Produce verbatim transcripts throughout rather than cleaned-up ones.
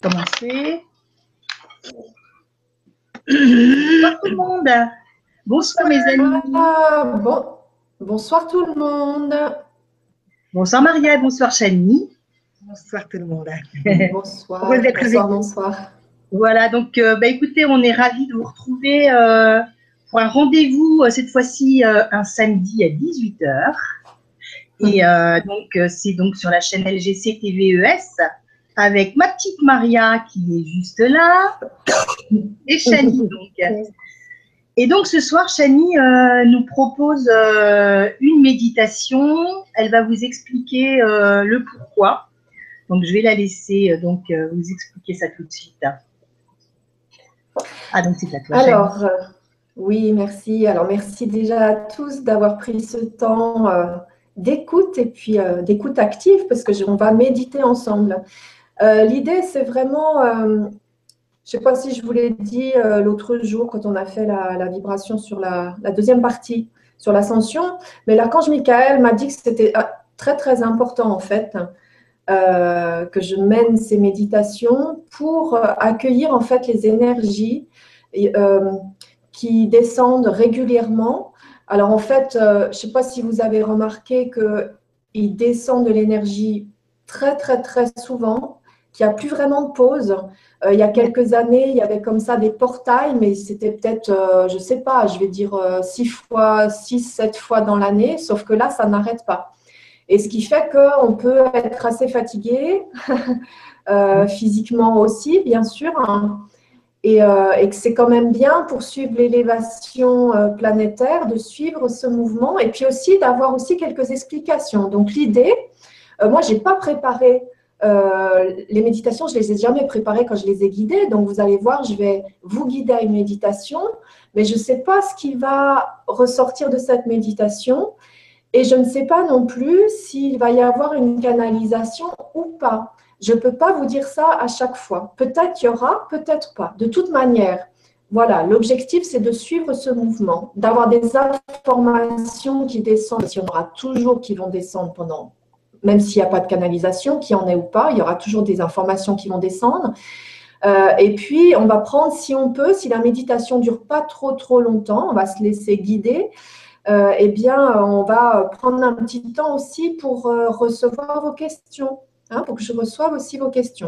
commencer. Bonsoir tout le monde. Bonsoir mes amis. Ah, bon, bonsoir tout le monde. Bonsoir Maria, bonsoir Chani. Bonsoir tout le monde. Bonsoir, Heureux d'être bonsoir, avec vous. bonsoir. Voilà, donc euh, bah, écoutez, on est ravis de vous retrouver euh, pour un rendez-vous, euh, cette fois-ci euh, un samedi à dix-huit heures. Et euh, donc, euh, c'est donc sur la chaîne L G C T V E S avec ma petite Maria qui est juste là et Chani donc. Et donc, ce soir, Chani euh, nous propose euh, une méditation. Elle va vous expliquer euh, le pourquoi. Donc, je vais la laisser euh, donc, euh, vous expliquer ça tout de suite. Ah, donc c'est à toi, Chani. Alors, euh, oui, merci. Alors, merci déjà à tous d'avoir pris ce temps euh, d'écoute et puis euh, d'écoute active parce que je, on va méditer ensemble. Euh, L'idée, c'est vraiment, euh, je ne sais pas si je vous l'ai dit euh, l'autre jour quand on a fait la, la vibration sur la, la deuxième partie, sur l'ascension, mais l'archange Michael m'a dit que c'était euh, très, très important en fait. Euh, que je mène ces méditations pour euh, accueillir en fait les énergies euh, qui descendent régulièrement. Alors en fait, euh, je ne sais pas si vous avez remarqué qu'il descend de l'énergie très très très souvent, qu'il n'y a plus vraiment de pause. Euh, il y a quelques années, il y avait comme ça des portails, mais c'était peut-être, euh, je ne sais pas, je vais dire euh, six fois, six, sept fois dans l'année, sauf que là, ça n'arrête pas. Et ce qui fait qu'on peut être assez fatigué, euh, physiquement aussi, bien sûr, hein, et, euh, et que c'est quand même bien pour suivre l'élévation euh, planétaire, de suivre ce mouvement, et puis aussi d'avoir aussi quelques explications. Donc l'idée, euh, moi, je n'ai pas préparé euh, les méditations, je ne les ai jamais préparées quand je les ai guidées, donc vous allez voir, je vais vous guider à une méditation, mais je ne sais pas ce qui va ressortir de cette méditation. Et je ne sais pas non plus s'il va y avoir une canalisation ou pas. Je ne peux pas vous dire ça à chaque fois. Peut-être qu'il y aura, peut-être pas. De toute manière, voilà, l'objectif, c'est de suivre ce mouvement, d'avoir des informations qui descendent. Il y en aura toujours qui vont descendre pendant, même s'il n'y a pas de canalisation, qui en est ou pas, il y aura toujours des informations qui vont descendre. Euh, et puis, on va prendre, si on peut, si la méditation ne dure pas trop, trop longtemps, on va se laisser guider. Euh, eh bien, on va prendre un petit temps aussi pour euh, recevoir vos questions, hein, pour que je reçoive aussi vos questions.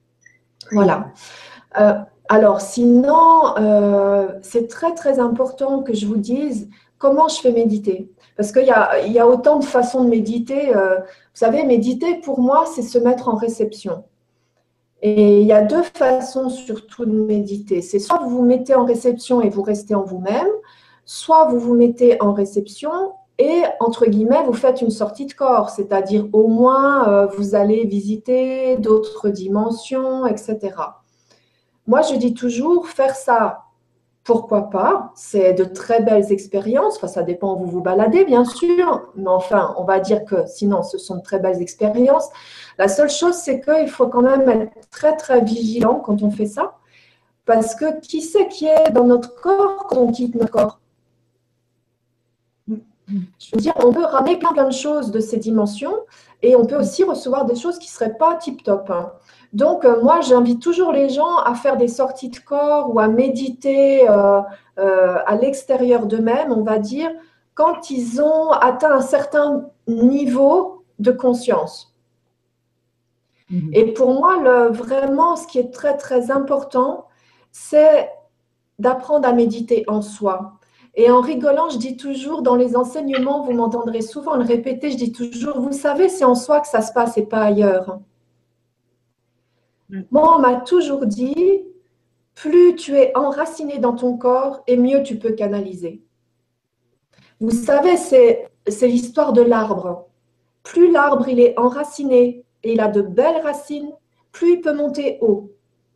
Voilà. Euh, alors, sinon, euh, c'est très, très important que je vous dise comment je fais méditer. Parce qu'il y a, il y a autant de façons de méditer. Euh, vous savez, méditer, pour moi, c'est se mettre en réception. Et il y a deux façons surtout de méditer. C'est soit vous vous mettez en réception et vous restez en vous-même, soit vous vous mettez en réception et, entre guillemets, vous faites une sortie de corps, c'est-à-dire au moins euh, vous allez visiter d'autres dimensions, et cetera. Moi, je dis toujours, faire ça, pourquoi pas, c'est de très belles expériences, enfin, ça dépend où vous vous baladez, bien sûr, mais enfin, on va dire que sinon, ce sont de très belles expériences. La seule chose, c'est qu'il faut quand même être très, très vigilant quand on fait ça, parce que qui sait qui est dans notre corps quand on quitte notre corps? Je veux dire, on peut ramener plein, plein de choses de ces dimensions et on peut aussi recevoir des choses qui ne seraient pas tip-top. Hein. Donc, euh, moi, j'invite toujours les gens à faire des sorties de corps ou à méditer euh, euh, à l'extérieur d'eux-mêmes, on va dire, quand ils ont atteint un certain niveau de conscience. Mm-hmm. Et pour moi, le, vraiment, ce qui est très, très important, c'est d'apprendre à méditer en soi. Et en rigolant, je dis toujours, dans les enseignements, vous m'entendrez souvent le répéter, je dis toujours, vous savez, c'est en soi que ça se passe et pas ailleurs. Mm. Moi, on m'a toujours dit, plus tu es enraciné dans ton corps, et mieux tu peux canaliser. Vous savez, c'est, c'est l'histoire de l'arbre. Plus l'arbre il est enraciné et il a de belles racines, plus il peut monter haut.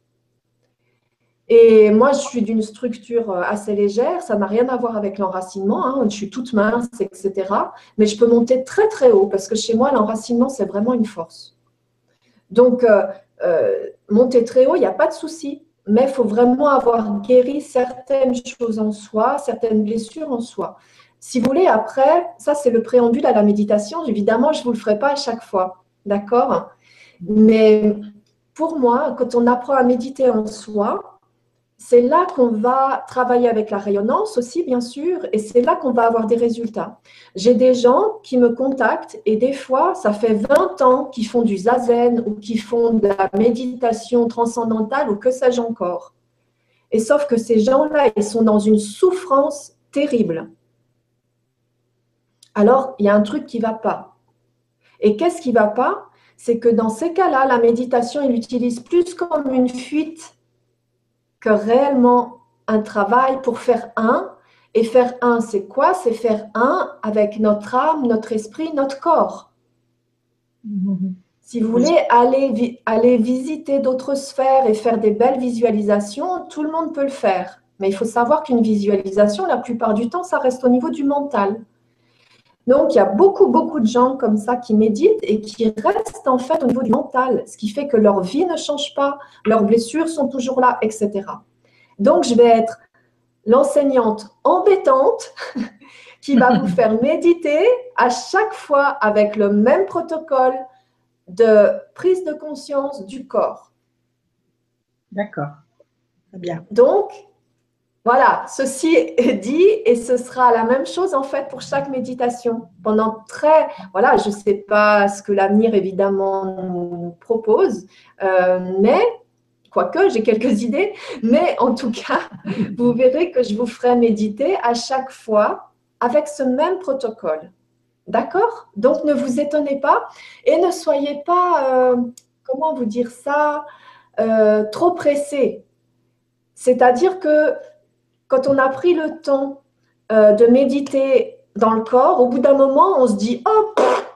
Et moi, je suis d'une structure assez légère, ça n'a rien à voir avec l'enracinement, hein, je suis toute mince, et cetera. Mais je peux monter très, très haut parce que chez moi, l'enracinement, c'est vraiment une force. Donc, euh, euh, monter très haut, il n'y a pas de souci, mais il faut vraiment avoir guéri certaines choses en soi, certaines blessures en soi. Si vous voulez, après, ça, c'est le préambule à la méditation. Évidemment, je ne vous le ferai pas à chaque fois, d'accord? Mais pour moi, quand on apprend à méditer en soi, c'est là qu'on va travailler avec la rayonnance aussi, bien sûr, et c'est là qu'on va avoir des résultats. J'ai des gens qui me contactent et des fois, ça fait vingt ans qu'ils font du zazen ou qu'ils font de la méditation transcendantale ou que sais-je encore. Et sauf que ces gens-là, ils sont dans une souffrance terrible. Alors, il y a un truc qui ne va pas. Et qu'est-ce qui ne va pas? C'est que dans ces cas-là, la méditation, il l'utilise plus comme une fuite que réellement un travail pour faire un. Et faire un, c'est quoi? C'est faire un avec notre âme, notre esprit, notre corps. Mmh. Si vous voulez aller, aller visiter d'autres sphères et faire des belles visualisations, tout le monde peut le faire. Mais il faut savoir qu'une visualisation, la plupart du temps, ça reste au niveau du mental. Donc, il y a beaucoup, beaucoup de gens comme ça qui méditent et qui restent en fait au niveau du mental, ce qui fait que leur vie ne change pas, leurs blessures sont toujours là, et cetera. Donc, je vais être l'enseignante embêtante qui va vous faire méditer à chaque fois avec le même protocole de prise de conscience du corps. D'accord. Très bien. Donc, voilà, ceci est dit et ce sera la même chose en fait pour chaque méditation. Pendant très, voilà, je ne sais pas ce que l'avenir évidemment nous propose, euh, mais, quoique j'ai quelques idées, mais en tout cas, vous verrez que je vous ferai méditer à chaque fois avec ce même protocole. D'accord? Donc, ne vous étonnez pas et ne soyez pas, euh, comment vous dire ça, euh, trop pressé. C'est-à-dire que quand on a pris le temps euh, de méditer dans le corps, au bout d'un moment, on se dit « Oh,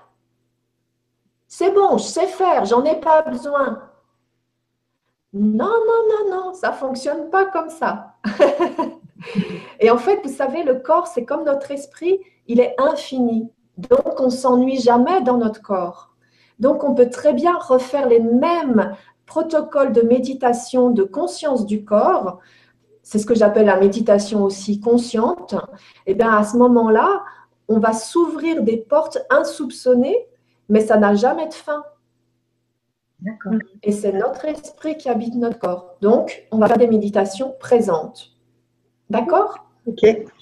c'est bon, je sais faire, j'en ai pas besoin. » Non, non, non, non, ça ne fonctionne pas comme ça. Et en fait, vous savez, le corps, c'est comme notre esprit, il est infini. Donc, on ne s'ennuie jamais dans notre corps. Donc, on peut très bien refaire les mêmes protocoles de méditation, de conscience du corps. C'est ce que j'appelle la méditation aussi consciente. Et bien, à ce moment-là, on va s'ouvrir des portes insoupçonnées, mais ça n'a jamais de fin. D'accord. Et c'est notre esprit qui habite notre corps. Donc, on va faire des méditations présentes. D'accord? Ok.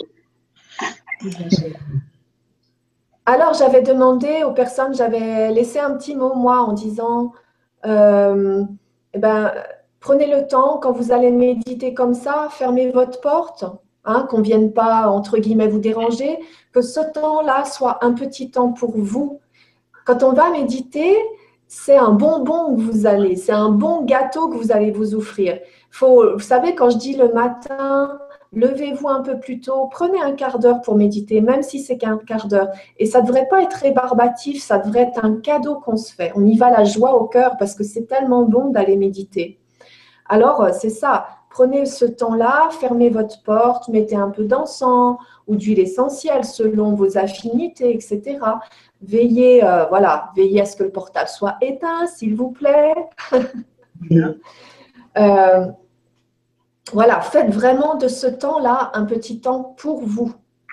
Alors, j'avais demandé aux personnes, j'avais laissé un petit mot, moi, en disant, euh, eh ben, prenez le temps, quand vous allez méditer comme ça, fermez votre porte, hein, qu'on ne vienne pas, entre guillemets, vous déranger, que ce temps-là soit un petit temps pour vous. Quand on va méditer, c'est un bonbon que vous allez, c'est un bon gâteau que vous allez vous offrir. Faut, vous savez, quand je dis le matin, levez-vous un peu plus tôt, prenez un quart d'heure pour méditer, même si c'est qu'un quart d'heure. Et ça ne devrait pas être rébarbatif, ça devrait être un cadeau qu'on se fait. On y va la joie au cœur parce que c'est tellement bon d'aller méditer. Alors, c'est ça. Prenez ce temps-là, fermez votre porte, mettez un peu d'encens ou d'huile essentielle selon vos affinités, et cetera. Veillez, euh, voilà, veillez à ce que le portable soit éteint, s'il vous plaît. euh, voilà, faites vraiment de ce temps-là un petit temps pour vous.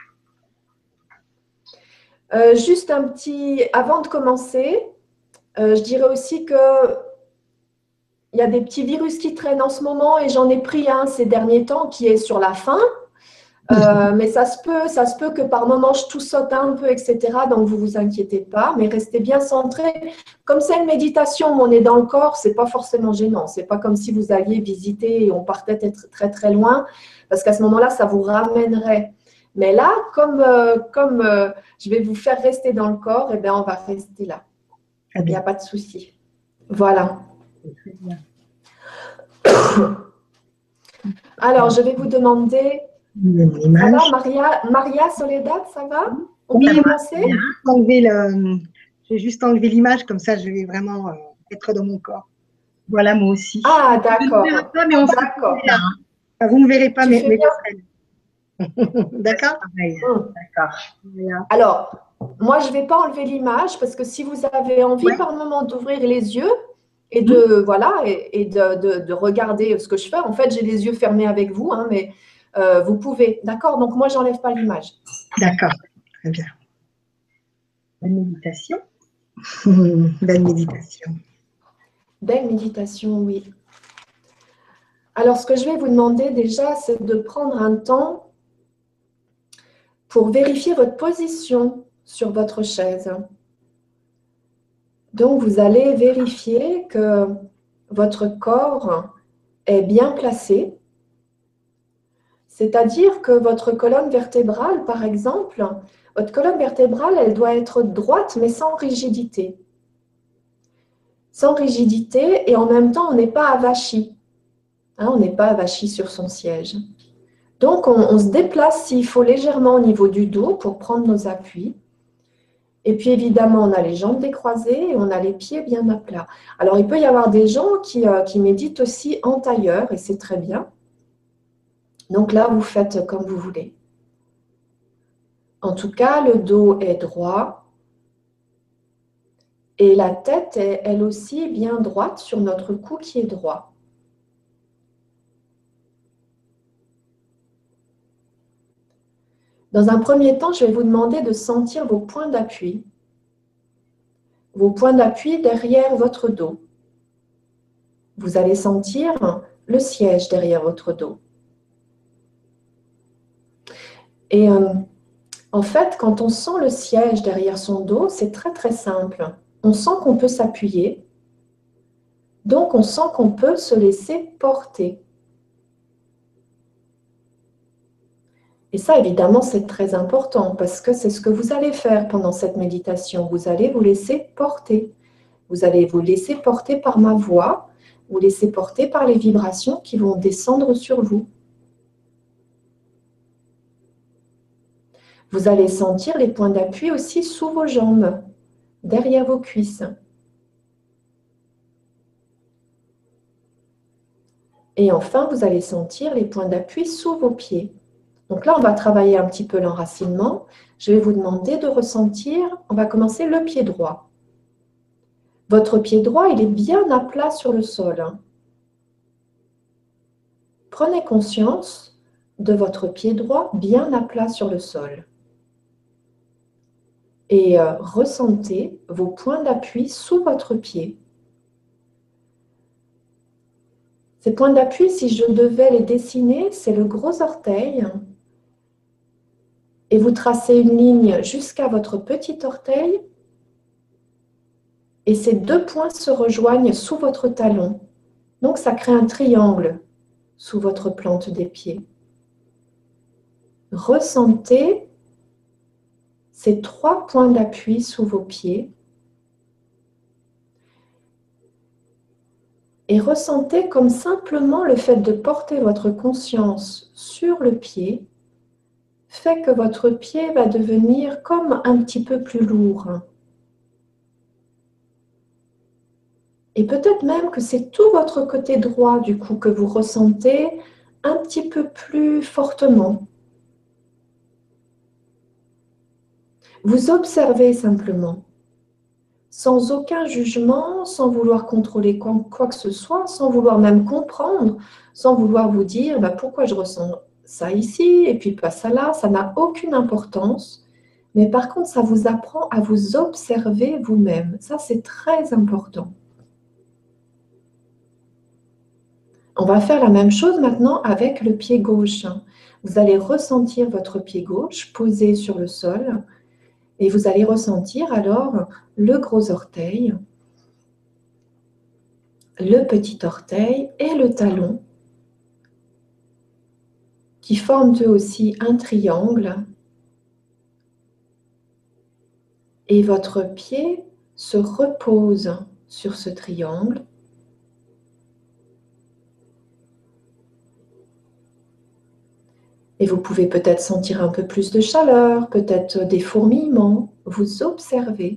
Euh, juste un petit, avant de commencer, euh, je dirais aussi que il y a des petits virus qui traînent en ce moment et j'en ai pris un ces derniers temps qui est sur la faim. Euh, mais ça se peut, ça se peut que par moment je toussote un peu, et cetera. Donc vous vous inquiétez pas, mais restez bien centré. Comme c'est une méditation où on est dans le corps, c'est pas forcément gênant. C'est pas comme si vous alliez visiter et on partait très très, très loin, parce qu'à ce moment-là, ça vous ramènerait. Mais là, comme euh, comme euh, je vais vous faire rester dans le corps, eh bien on va rester là. Il n'y a pas de souci. Voilà. Très bien. Alors, je vais vous demander. Ça va, Maria, Maria Soledad, ça va? On oui, peut commencer? Enlever le... Je vais juste enlever l'image, comme ça je vais vraiment euh, être dans mon corps. Voilà, moi aussi. Ah, d'accord. Mais on d'accord. Là, hein. Enfin, vous ne me verrez pas, tu mais, mais d'accord. Hum. D'accord. Voilà. Alors, moi, je ne vais pas enlever l'image parce que si vous avez envie ouais. par moment d'ouvrir les yeux et de, mmh. voilà, et, et de, de, de regarder ce que je fais, en fait, j'ai les yeux fermés avec vous, hein, mais euh, vous pouvez. D'accord? Donc, moi, je n'enlève pas l'image. D'accord. Très bien. Bonne méditation. Bonne méditation. Belle méditation, oui. Alors, ce que je vais vous demander déjà, c'est de prendre un temps pour vérifier votre position sur votre chaise. Donc, vous allez vérifier que votre corps est bien placé, c'est-à-dire que votre colonne vertébrale, par exemple, votre colonne vertébrale, elle doit être droite, mais sans rigidité. Sans rigidité, et en même temps, on n'est pas avachi. Hein, on n'est pas avachi sur son siège. Donc, on, on se déplace s'il faut légèrement au niveau du dos pour prendre nos appuis. Et puis, évidemment, on a les jambes décroisées et on a les pieds bien à plat. Alors, il peut y avoir des gens qui, euh, qui méditent aussi en tailleur, et c'est très bien. Donc là, vous faites comme vous voulez. En tout cas, le dos est droit. Et la tête est, elle aussi, bien droite sur notre cou qui est droit. Dans un premier temps, je vais vous demander de sentir vos points d'appui. Vos points d'appui derrière votre dos. Vous allez sentir le siège derrière votre dos. Et euh, en fait, quand on sent le siège derrière son dos, c'est très très simple. On sent qu'on peut s'appuyer. Donc, on sent qu'on peut se laisser porter. Et ça, évidemment, c'est très important parce que c'est ce que vous allez faire pendant cette méditation. Vous allez vous laisser porter. Vous allez vous laisser porter par ma voix, vous laisser porter par les vibrations qui vont descendre sur vous. Vous allez sentir les points d'appui aussi sous vos jambes, derrière vos cuisses. Et enfin, vous allez sentir les points d'appui sous vos pieds. Donc là, on va travailler un petit peu l'enracinement. Je vais vous demander de ressentir, on va commencer le pied droit. Votre pied droit, il est bien à plat sur le sol. Prenez conscience de votre pied droit bien à plat sur le sol. Et euh, ressentez vos points d'appui sous votre pied. Ces points d'appui, si je devais les dessiner, c'est le gros orteil. Et vous tracez une ligne jusqu'à votre petit orteil. Et ces deux points se rejoignent sous votre talon. Donc, ça crée un triangle sous votre plante des pieds. Ressentez ces trois points d'appui sous vos pieds. Et ressentez comme simplement le fait de porter votre conscience sur le pied fait que votre pied va devenir comme un petit peu plus lourd. Et peut-être même que c'est tout votre côté droit du coup que vous ressentez un petit peu plus fortement. Vous observez simplement, sans aucun jugement, sans vouloir contrôler quoi que ce soit, sans vouloir même comprendre, sans vouloir vous dire bah, pourquoi je ressens ça ici et puis pas ça là, ça n'a aucune importance. Mais par contre, ça vous apprend à vous observer vous-même. Ça, c'est très important. On va faire la même chose maintenant avec le pied gauche. Vous allez ressentir votre pied gauche posé sur le sol. Et vous allez ressentir alors le gros orteil, le petit orteil et le talon qui forment eux aussi un triangle. Et votre pied se repose sur ce triangle. Et vous pouvez peut-être sentir un peu plus de chaleur, peut-être des fourmillements. Vous observez.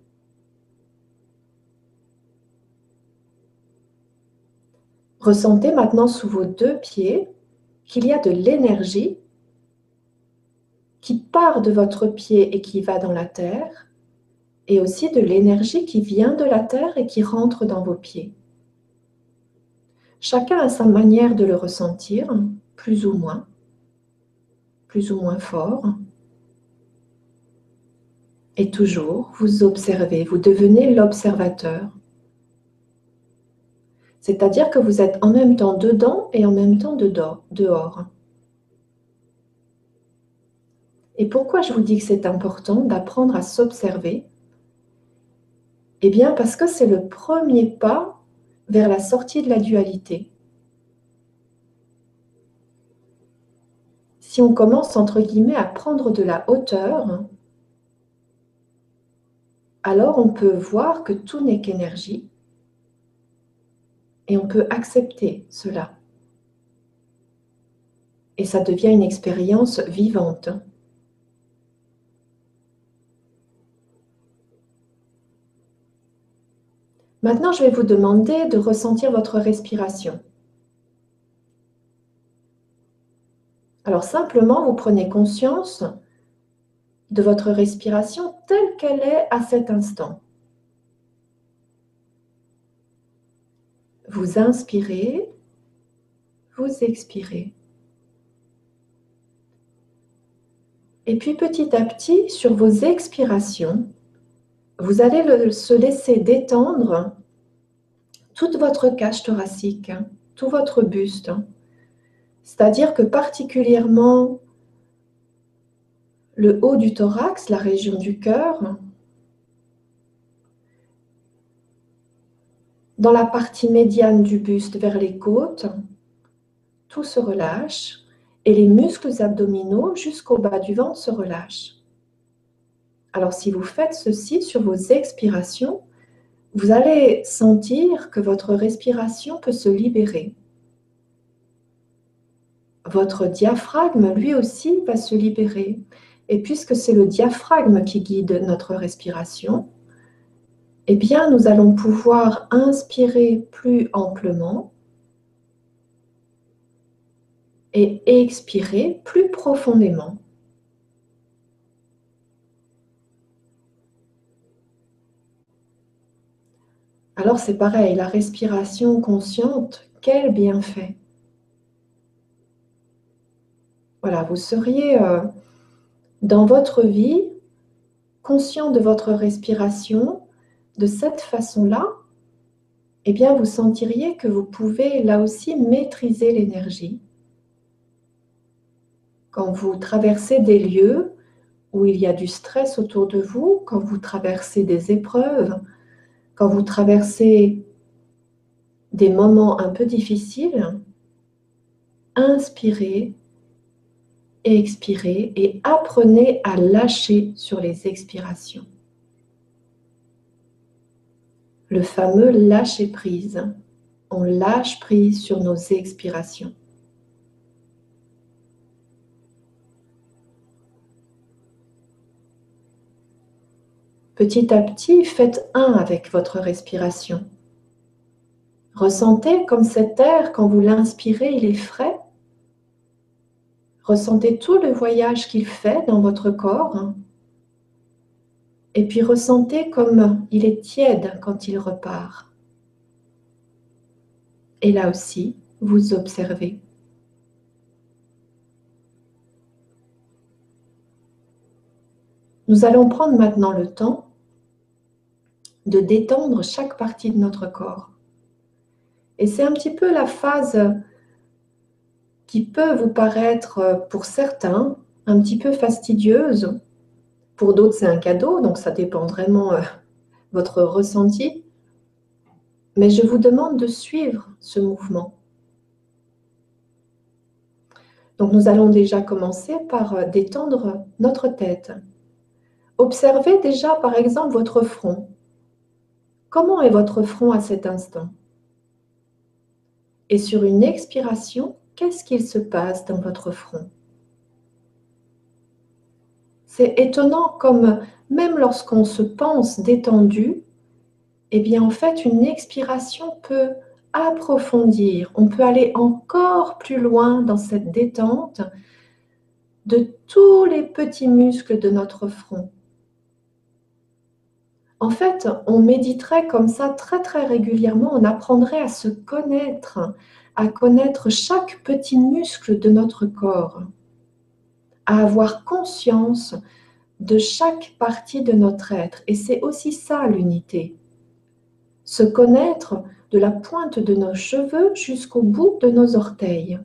Ressentez maintenant sous vos deux pieds qu'il y a de l'énergie qui part de votre pied et qui va dans la terre, et aussi de l'énergie qui vient de la terre et qui rentre dans vos pieds. Chacun a sa manière de le ressentir, plus ou moins, plus ou moins fort. Et toujours, vous observez, vous devenez l'observateur. C'est-à-dire que vous êtes en même temps dedans et en même temps dehors. Et pourquoi je vous dis que c'est important d'apprendre à s'observer? Eh bien, parce que c'est le premier pas vers la sortie de la dualité. Si on commence, entre guillemets, à prendre de la hauteur, alors on peut voir que tout n'est qu'énergie et on peut accepter cela. Et ça devient une expérience vivante. Maintenant, je vais vous demander de ressentir votre respiration. Alors simplement, vous prenez conscience de votre respiration telle qu'elle est à cet instant. Vous inspirez, vous expirez. Et puis petit à petit, sur vos expirations, vous allez le, se laisser détendre toute votre cage thoracique, tout votre buste. C'est-à-dire que particulièrement le haut du thorax, la région du cœur, dans la partie médiane du buste vers les côtes, tout se relâche et les muscles abdominaux jusqu'au bas du ventre se relâchent. Alors si vous faites ceci sur vos expirations, vous allez sentir que votre respiration peut se libérer. Votre diaphragme, lui aussi, va se libérer. Et puisque c'est le diaphragme qui guide notre respiration, eh bien, nous allons pouvoir inspirer plus amplement et expirer plus profondément. Alors, c'est pareil, la respiration consciente, quel bienfait! Voilà, vous seriez euh, dans votre vie conscient de votre respiration de cette façon-là, eh bien, vous sentiriez que vous pouvez là aussi maîtriser l'énergie. Quand vous traversez des lieux où il y a du stress autour de vous, quand vous traversez des épreuves, quand vous traversez des moments un peu difficiles, inspirez et expirez et apprenez à lâcher sur les expirations. Le fameux lâcher prise. On lâche prise sur nos expirations. Petit à petit, faites un avec votre respiration. Ressentez comme cet air, quand vous l'inspirez, il est frais. Ressentez tout le voyage qu'il fait dans votre corps. Et puis ressentez comme il est tiède quand il repart. Et là aussi, vous observez. Nous allons prendre maintenant le temps de détendre chaque partie de notre corps. Et c'est un petit peu la phase qui peut vous paraître, pour certains, un petit peu fastidieuse. Pour d'autres, c'est un cadeau, donc ça dépend vraiment de votre ressenti. Mais je vous demande de suivre ce mouvement. Donc nous allons déjà commencer par détendre notre tête. Observez déjà par exemple votre front. Comment est votre front à cet instant? Et sur une expiration, qu'est-ce qu'il se passe dans votre front? C'est étonnant comme même lorsqu'on se pense détendu, eh bien en fait une expiration peut approfondir, on peut aller encore plus loin dans cette détente de tous les petits muscles de notre front. En fait, on méditerait comme ça très très régulièrement, on apprendrait à se connaître, à connaître chaque petit muscle de notre corps, à avoir conscience de chaque partie de notre être. Et c'est aussi ça l'unité. Se connaître de la pointe de nos cheveux jusqu'au bout de nos orteils.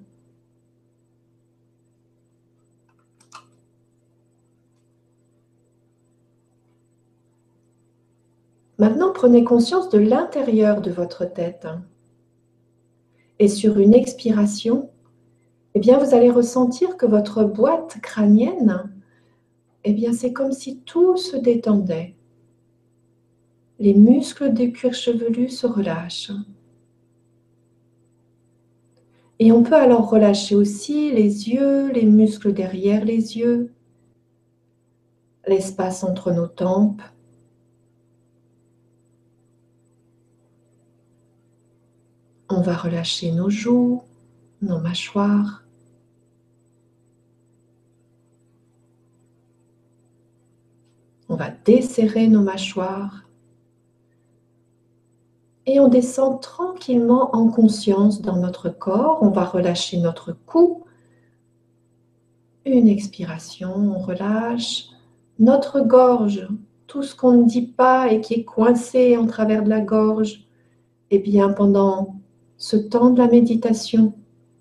Maintenant, prenez conscience de l'intérieur de votre tête. Et sur une expiration, eh bien, vous allez ressentir que votre boîte crânienne, eh bien, c'est comme si tout se détendait. Les muscles du cuir chevelu se relâchent. Et on peut alors relâcher aussi les yeux, les muscles derrière les yeux, l'espace entre nos tempes. On va relâcher nos joues, nos mâchoires. On va desserrer nos mâchoires. Et on descend tranquillement en conscience dans notre corps. On va relâcher notre cou. Une expiration, on relâche notre gorge. Tout ce qu'on ne dit pas et qui est coincé en travers de la gorge. Eh bien, pendant ce temps de la méditation,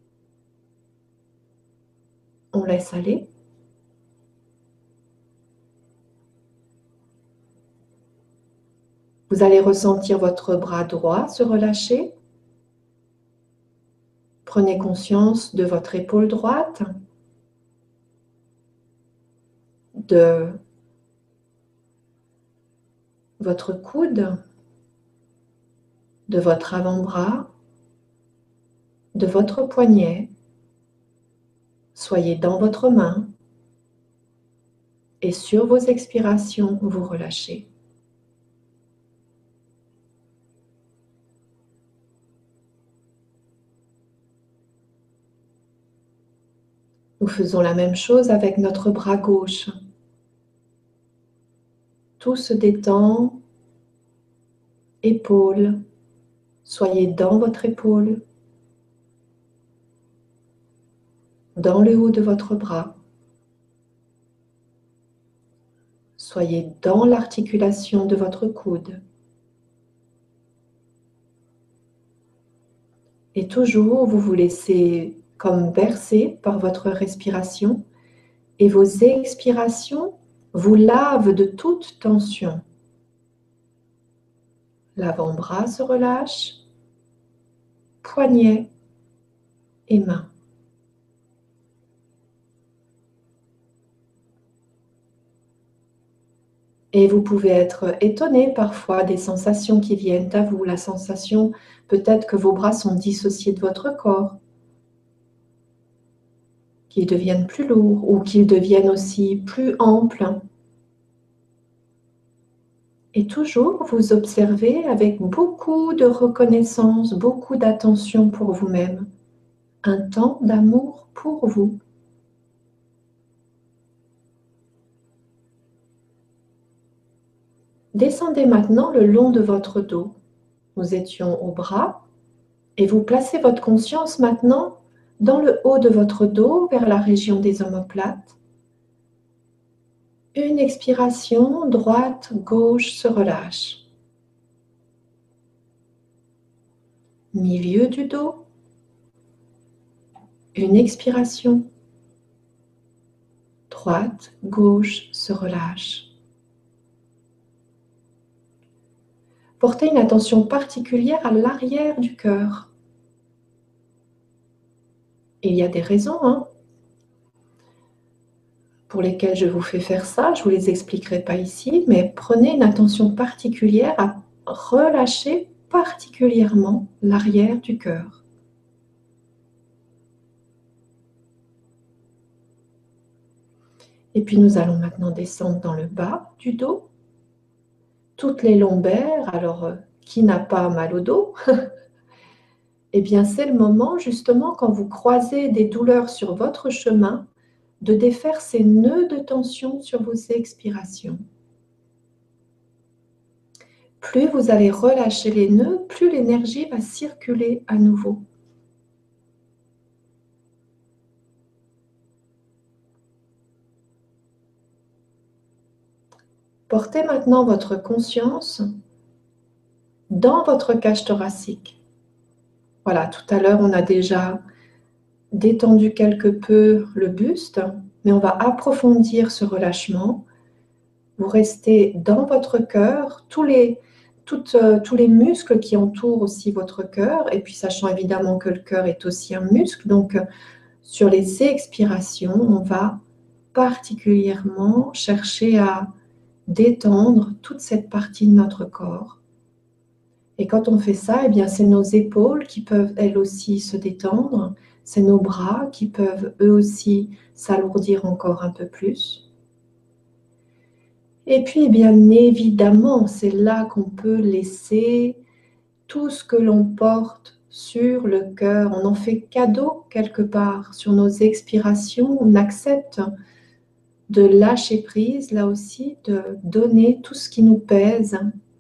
on laisse aller. Vous allez ressentir votre bras droit se relâcher. Prenez conscience de votre épaule droite, de votre coude, de votre avant-bras, de votre poignet. Soyez dans votre main et sur vos expirations, vous relâchez. Nous faisons la même chose avec notre bras gauche. Tout se détend, épaule. Soyez dans votre épaule, dans le haut de votre bras. Soyez dans l'articulation de votre coude. Et toujours, vous vous laissez comme bercer par votre respiration et vos expirations vous lavent de toute tension. L'avant-bras se relâche, poignet et main. Et vous pouvez être étonné parfois des sensations qui viennent à vous. La sensation, peut-être que vos bras sont dissociés de votre corps, qu'ils deviennent plus lourds ou qu'ils deviennent aussi plus amples. Et toujours vous observez avec beaucoup de reconnaissance, beaucoup d'attention pour vous-même. Un temps d'amour pour vous. Descendez maintenant le long de votre dos. Nous étions au bras et vous placez votre conscience maintenant dans le haut de votre dos vers la région des omoplates. Une expiration, droite, gauche se relâche. Milieu du dos. Une expiration. Droite, gauche se relâche. Portez une attention particulière à l'arrière du cœur. Il y a des raisons hein, pour lesquelles je vous fais faire ça. Je ne vous les expliquerai pas ici, mais prenez une attention particulière à relâcher particulièrement l'arrière du cœur. Et puis nous allons maintenant descendre dans le bas du dos. Toutes les lombaires, alors qui n'a pas mal au dos? Eh bien c'est le moment justement quand vous croisez des douleurs sur votre chemin de défaire ces nœuds de tension sur vos expirations. Plus vous allez relâcher les nœuds, plus l'énergie va circuler à nouveau. Portez maintenant votre conscience dans votre cage thoracique. Voilà, tout à l'heure, on a déjà détendu quelque peu le buste, mais on va approfondir ce relâchement. Vous restez dans votre cœur, tous les, toutes, euh, tous les muscles qui entourent aussi votre cœur, et puis sachant évidemment que le cœur est aussi un muscle, donc euh, sur les expirations, on va particulièrement chercher à détendre toute cette partie de notre corps. Et quand on fait ça, eh bien, c'est nos épaules qui peuvent elles aussi se détendre, c'est nos bras qui peuvent eux aussi s'alourdir encore un peu plus. Et puis, eh bien évidemment, c'est là qu'on peut laisser tout ce que l'on porte sur le cœur. On en fait cadeau quelque part sur nos expirations. On accepte de lâcher prise, là aussi, de donner tout ce qui nous pèse.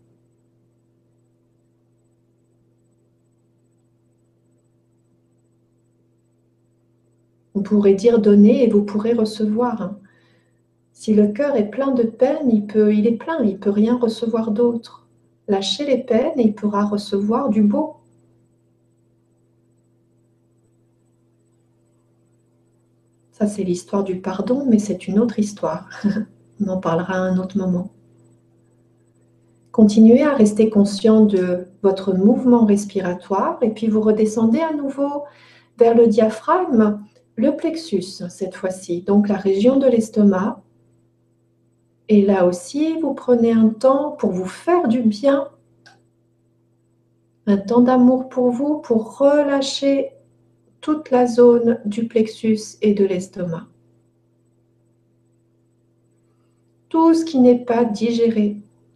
On pourrait dire donner et vous pourrez recevoir. Si le cœur est plein de peine, il, peut, il est plein, il ne peut rien recevoir d'autre. Lâchez les peines et il pourra recevoir du beau. Ça, c'est l'histoire du pardon, mais c'est une autre histoire. On en parlera à un autre moment. Continuez à rester conscient de votre mouvement respiratoire et puis vous redescendez à nouveau vers le diaphragme, le plexus cette fois-ci, donc la région de l'estomac. Et là aussi, vous prenez un temps pour vous faire du bien, un temps d'amour pour vous, pour relâcher toute la zone du plexus et de l'estomac. Tout ce qui n'est pas digéré,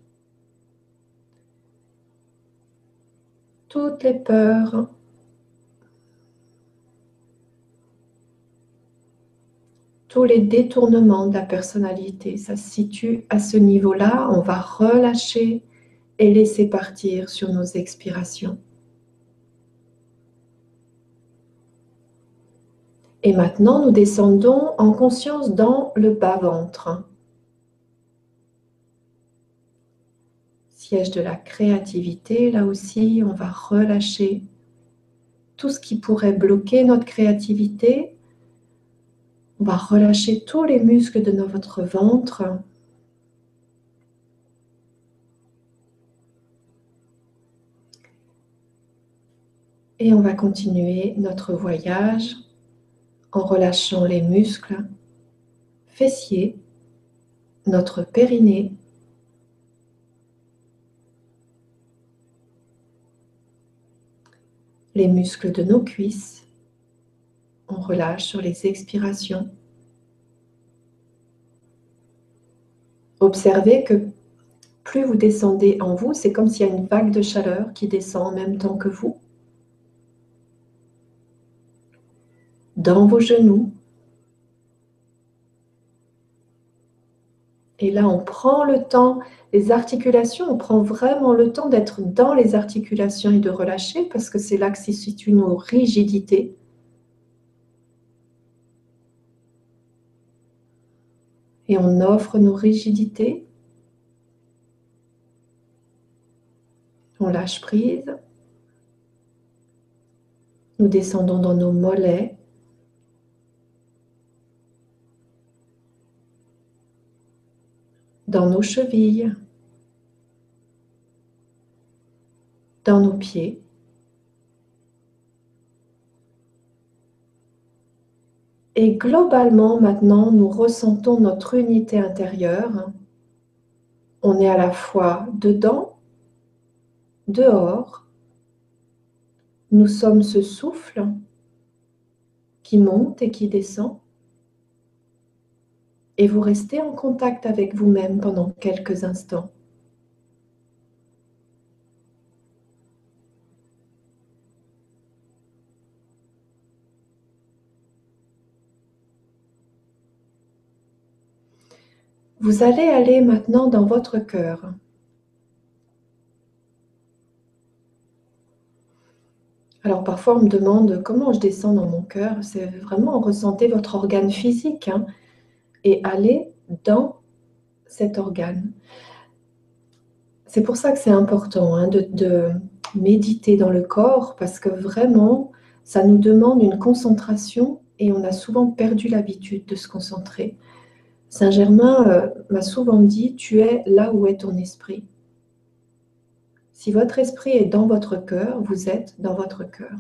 toutes les peurs, tous les détournements de la personnalité, ça se situe à ce niveau-là. On va relâcher et laisser partir sur nos expirations. Et maintenant, nous descendons en conscience dans le bas-ventre. Siège de la créativité, là aussi, on va relâcher tout ce qui pourrait bloquer notre créativité. On va relâcher tous les muscles de notre ventre. Et on va continuer notre voyage en relâchant les muscles fessiers, notre périnée, les muscles de nos cuisses. On relâche sur les expirations. Observez que plus vous descendez en vous, c'est comme s'il y a une vague de chaleur qui descend en même temps que vous. Dans vos genoux. Et là, on prend le temps, les articulations, on prend vraiment le temps d'être dans les articulations et de relâcher parce que c'est là que se situent nos rigidités. Et on offre nos rigidités. On lâche prise. Nous descendons dans nos mollets. Dans nos chevilles. Dans nos pieds. Et globalement, maintenant, nous ressentons notre unité intérieure. On est à la fois dedans, dehors. Nous sommes ce souffle qui monte et qui descend. Et vous restez en contact avec vous-même pendant quelques instants. Vous allez aller maintenant dans votre cœur. Alors parfois on me demande comment je descends dans mon cœur. C'est vraiment ressentir votre organe physique hein, et aller dans cet organe. c'est pour ça que c'est important hein, de, de méditer dans le corps, parce que vraiment, ça nous demande une concentration et on a souvent perdu l'habitude de se concentrer. Saint-Germain euh, m'a souvent dit, tu es là où est ton esprit. Si votre esprit est dans votre cœur, vous êtes dans votre cœur.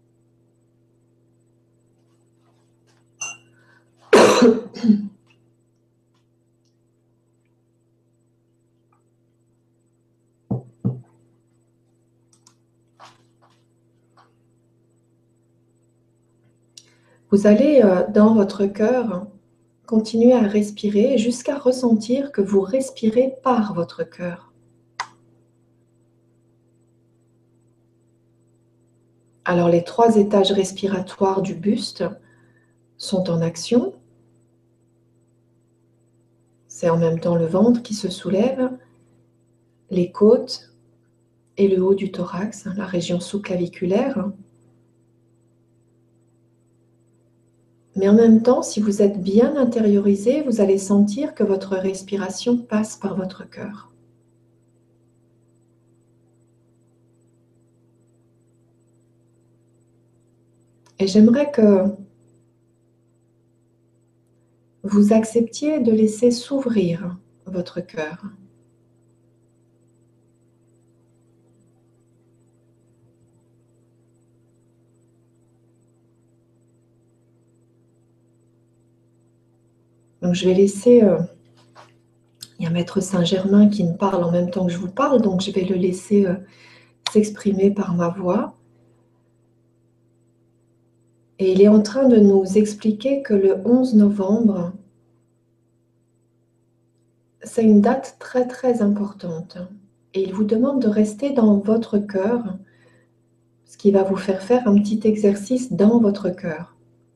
Vous allez euh, dans votre cœur continuer à respirer jusqu'à ressentir que vous respirez par votre cœur. Alors les trois étages respiratoires du buste sont en action. C'est en même temps le ventre qui se soulève, les côtes et le haut du thorax, la région sous-claviculaire. Mais en même temps, si vous êtes bien intériorisé, vous allez sentir que votre respiration passe par votre cœur. Et j'aimerais que vous acceptiez de laisser s'ouvrir votre cœur. Donc je vais laisser, euh, il y a Maître Saint-Germain qui me parle en même temps que je vous parle, donc je vais le laisser euh, s'exprimer par ma voix. Et il est en train de nous expliquer que le onze novembre, c'est une date très très importante. Et il vous demande de rester dans votre cœur, ce qui va vous faire faire un petit exercice dans votre cœur.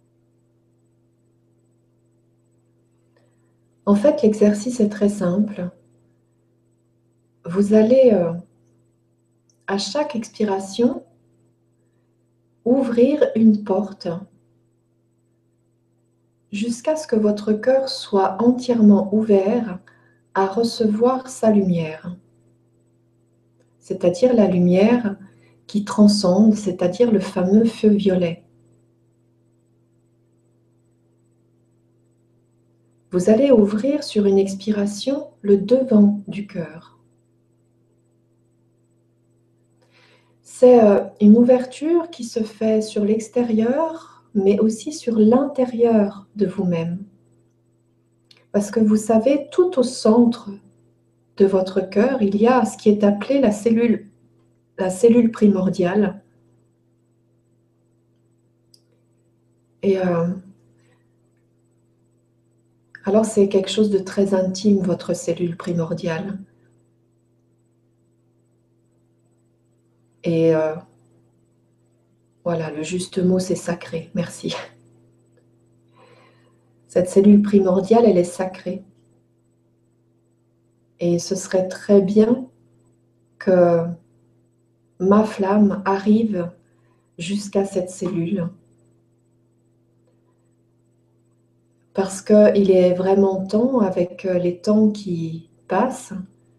En fait, l'exercice est très simple. Vous allez, euh, à chaque expiration, ouvrir une porte jusqu'à ce que votre cœur soit entièrement ouvert à recevoir sa lumière. C'est-à-dire la lumière qui transcende, c'est-à-dire le fameux feu violet. Vous allez ouvrir sur une expiration le devant du cœur. C'est une ouverture qui se fait sur l'extérieur, mais aussi sur l'intérieur de vous-même. Parce que vous savez, tout au centre de votre cœur, il y a ce qui est appelé la cellule, la cellule primordiale. Et euh, alors c'est quelque chose de très intime, votre cellule primordiale. Et euh, voilà, le juste mot, c'est sacré. Merci. Cette cellule primordiale, elle est sacrée. Et ce serait très bien que ma flamme arrive jusqu'à cette cellule. Parce qu'il est vraiment temps, avec les temps qui passent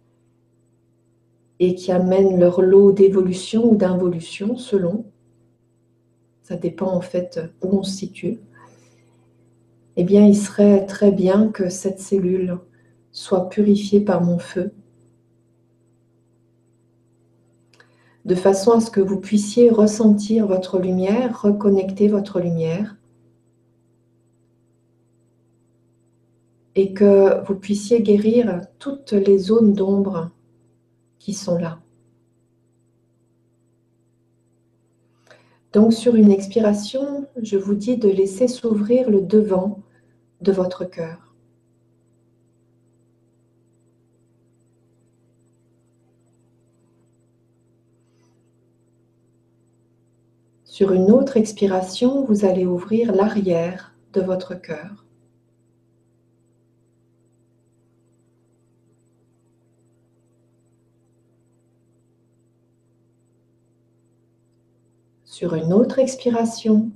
et qui amènent leur lot d'évolution ou d'involution, selon, ça dépend en fait où on se situe, eh bien il serait très bien que cette cellule soit purifiée par mon feu, de façon à ce que vous puissiez ressentir votre lumière, reconnecter votre lumière, et que vous puissiez guérir toutes les zones d'ombre qui sont là. Donc sur une expiration, je vous dis de laisser s'ouvrir le devant de votre cœur. Sur une autre expiration, vous allez ouvrir l'arrière de votre cœur. Sur une autre expiration,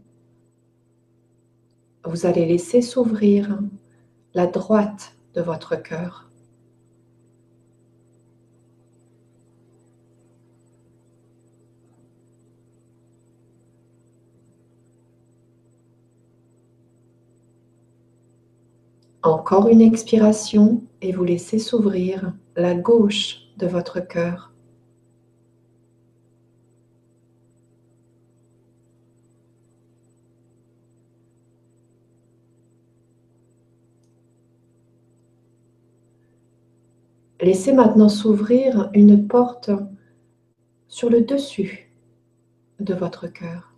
vous allez laisser s'ouvrir la droite de votre cœur. Encore une expiration et vous laissez s'ouvrir la gauche de votre cœur. Laissez maintenant s'ouvrir une porte sur le dessus de votre cœur.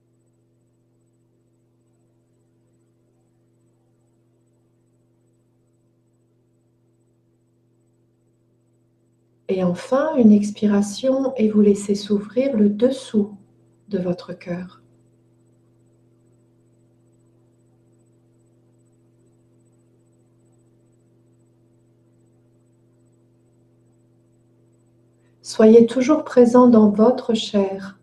Et enfin, une expiration et vous laissez s'ouvrir le dessous de votre cœur. Soyez toujours présent dans votre chair.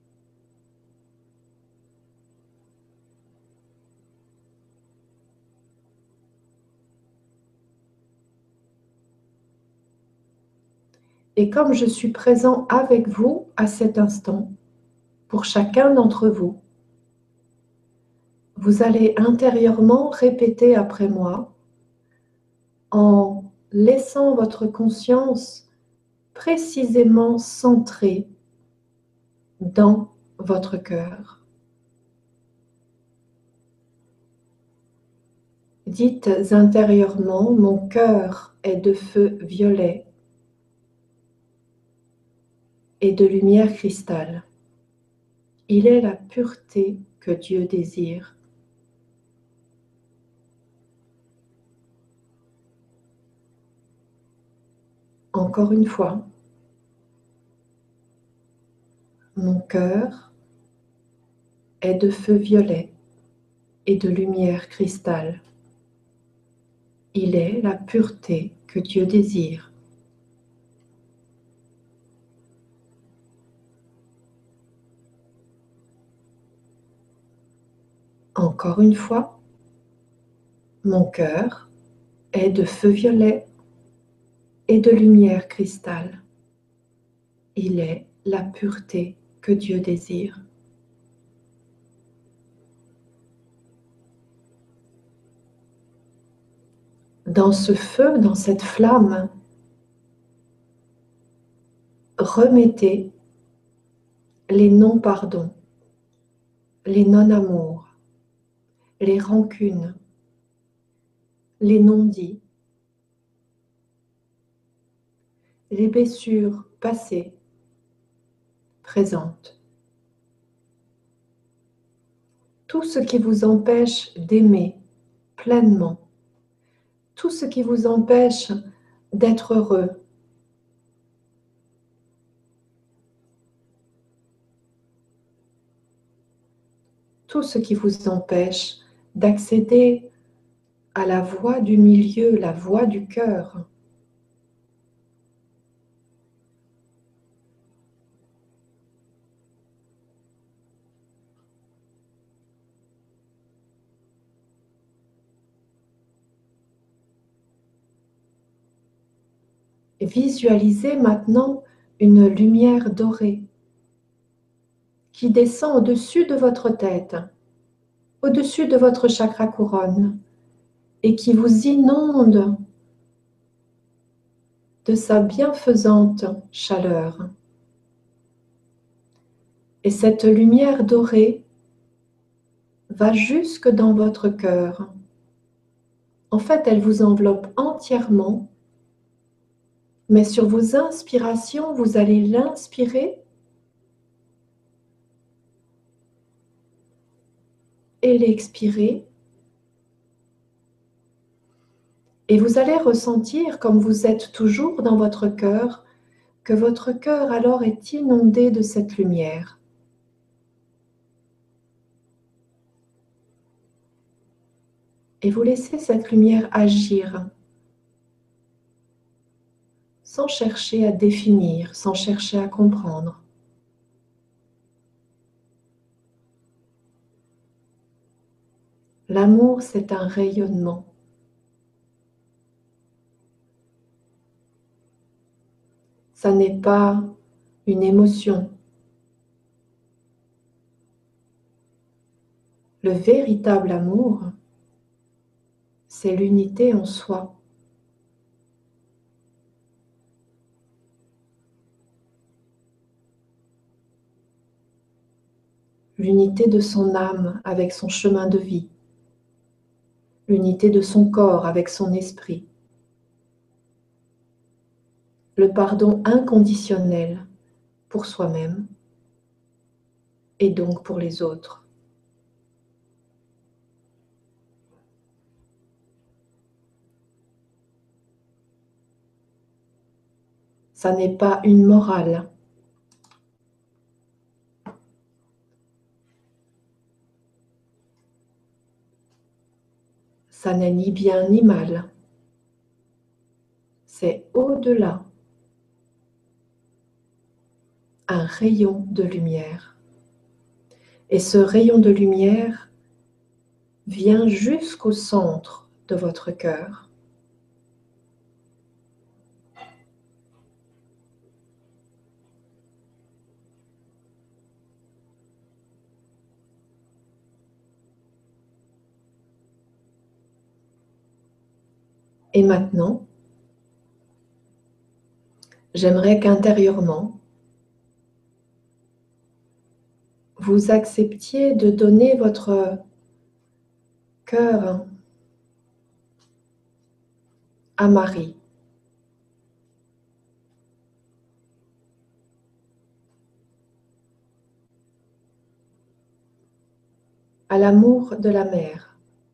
Et comme je suis présent avec vous à cet instant, pour chacun d'entre vous, vous allez intérieurement répéter après moi en laissant votre conscience précisément centrée dans votre cœur. Dites intérieurement, mon cœur est de feu violet et de lumière cristal. Il est la pureté que Dieu désire. Encore une fois, mon cœur est de feu violet et de lumière cristal. Il est la pureté que Dieu désire. Encore une fois, mon cœur est de feu violet et de lumière cristal. Il est la pureté que Dieu désire. Dans ce feu, dans cette flamme, remettez les non-pardons, les non-amours, les rancunes, les non-dits, les blessures passées, présentes. Tout ce qui vous empêche d'aimer pleinement, tout ce qui vous empêche d'être heureux, tout ce qui vous empêche d'accéder à la voie du milieu, la voie du cœur. Visualisez maintenant une lumière dorée qui descend au-dessus de votre tête, au-dessus de votre chakra couronne et qui vous inonde de sa bienfaisante chaleur. Et cette lumière dorée va jusque dans votre cœur. En fait, elle vous enveloppe entièrement, mais sur vos inspirations, vous allez l'inspirer et l'expirer. Et vous allez ressentir, comme vous êtes toujours dans votre cœur, que votre cœur alors est inondé de cette lumière. Et vous laissez cette lumière agir, sans chercher à définir, sans chercher à comprendre. L'amour, c'est un rayonnement. Ça n'est pas une émotion. Le véritable amour, c'est l'unité en soi. L'unité de son âme avec son chemin de vie. L'unité de son corps avec son esprit. Le pardon inconditionnel pour soi-même et donc pour les autres. Ça n'est pas une morale. Ça n'est ni bien ni mal. C'est au-delà. Un rayon de lumière. Et ce rayon de lumière vient jusqu'au centre de votre cœur. Et maintenant, j'aimerais qu'intérieurement, vous acceptiez de donner votre cœur à Marie. À l'amour de la mère.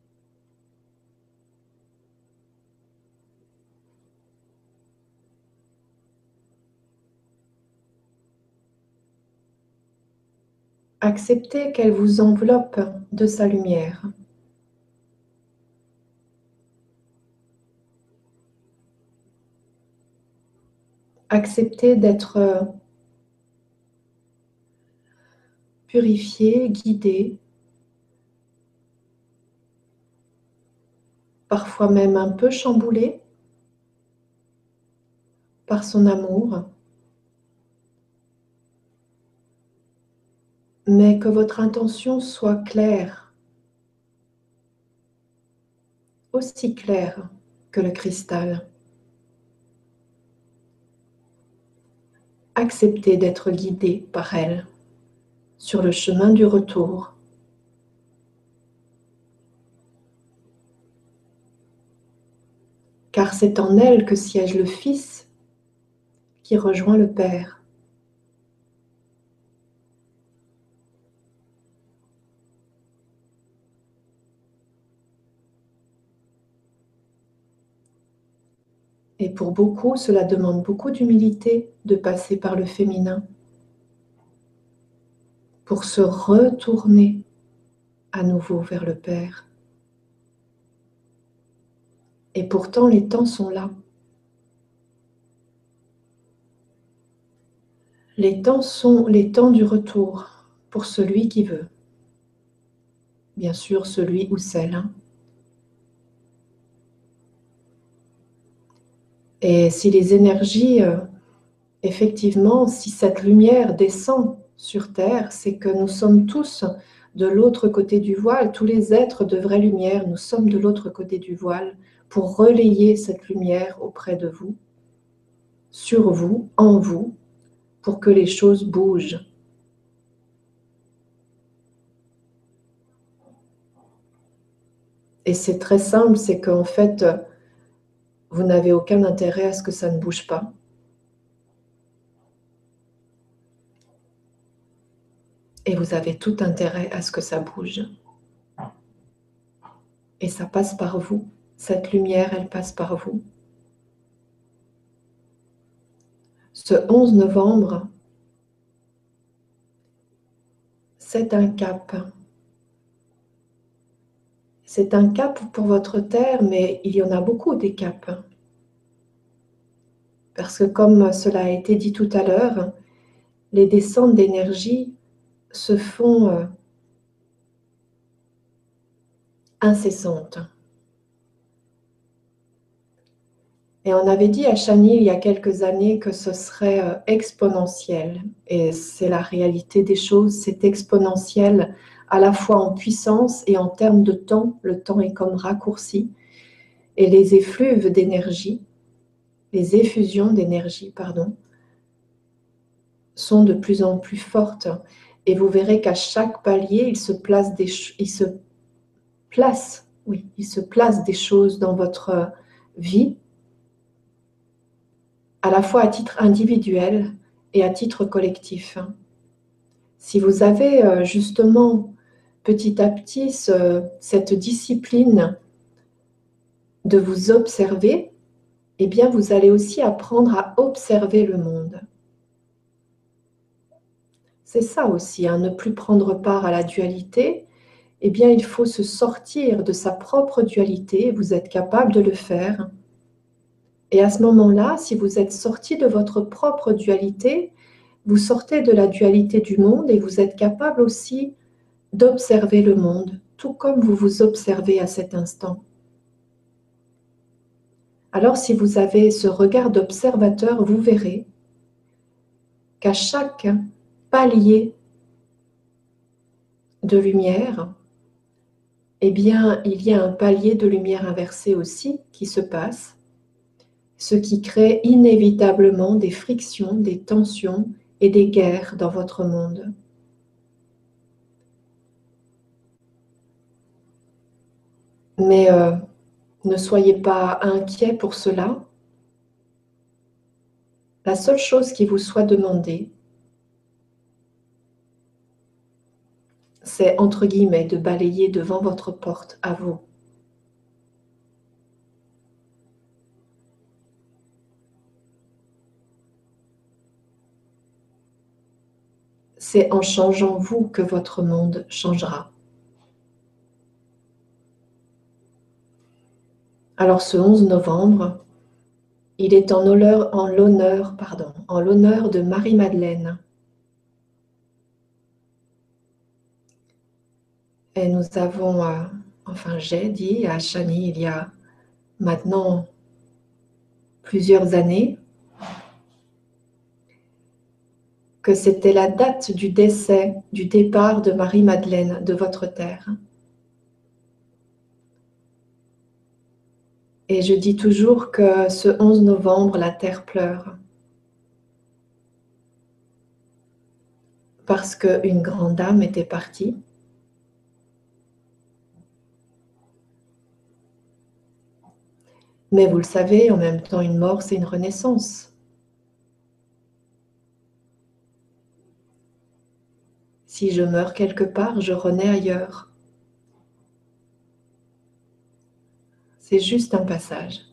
Acceptez qu'elle vous enveloppe de sa lumière. Acceptez d'être purifié, guidé, parfois même un peu chamboulé par son amour, mais que votre intention soit claire, aussi claire que le cristal. Acceptez d'être guidé par elle sur le chemin du retour. Car c'est en elle que siège le Fils qui rejoint le Père. Et pour beaucoup, cela demande beaucoup d'humilité de passer par le féminin pour se retourner à nouveau vers le Père. Et pourtant, les temps sont là. Les temps sont les temps du retour pour celui qui veut. Bien sûr, celui ou celle. Hein. Et si les énergies, euh, effectivement, si cette lumière descend sur Terre, c'est que nous sommes tous de l'autre côté du voile. Tous les êtres de vraie lumière, nous sommes de l'autre côté du voile pour relayer cette lumière auprès de vous, sur vous, en vous, pour que les choses bougent. Et c'est très simple, c'est qu'en fait, vous n'avez aucun intérêt à ce que ça ne bouge pas. Et vous avez tout intérêt à ce que ça bouge. Et ça passe par vous. Cette lumière, elle passe par vous. Ce onze novembre, c'est un cap. C'est un cap pour votre terre, mais il y en a beaucoup des caps. Parce que comme cela a été dit tout à l'heure, les descentes d'énergie se font euh, incessantes. Et on avait dit à Chani il y a quelques années que ce serait euh, exponentiel. Et c'est la réalité des choses, c'est exponentiel à la fois en puissance et en termes de temps. Le temps est comme raccourci. Et les effluves d'énergie, les effusions d'énergie, pardon, sont de plus en plus fortes. Et vous verrez qu'à chaque palier, il se place des, il se place, oui, il se place des choses dans votre vie, à la fois à titre individuel et à titre collectif. Si vous avez justement petit à petit ce, cette discipline de vous observer, eh bien vous allez aussi apprendre à observer le monde. C'est ça aussi, hein, ne plus prendre part à la dualité. Eh bien, il faut se sortir de sa propre dualité. Vous êtes capable de le faire. Et à ce moment-là, si vous êtes sorti de votre propre dualité, vous sortez de la dualité du monde et vous êtes capable aussi d'observer le monde, tout comme vous vous observez à cet instant. Alors, si vous avez ce regard d'observateur, vous verrez qu'à chaque palier de lumière, eh bien, il y a un palier de lumière inversée aussi qui se passe, ce qui crée inévitablement des frictions, des tensions et des guerres dans votre monde. Mais euh, ne soyez pas inquiets pour cela. La seule chose qui vous soit demandée, c'est entre guillemets de balayer devant votre porte à vous. C'est en changeant vous que votre monde changera. Alors ce onze novembre, il est en l'honneur, en l'honneur, pardon, en l'honneur de Marie-Madeleine. Et nous avons, euh, enfin j'ai dit à Chani il y a maintenant plusieurs années que c'était la date du décès, du départ de Marie-Madeleine de votre terre. Et je dis toujours que ce onze novembre, la terre pleure. Parce qu'une grande âme était partie. Mais vous le savez, en même temps, une mort, c'est une renaissance. Si je meurs quelque part, je renais ailleurs. C'est juste un passage.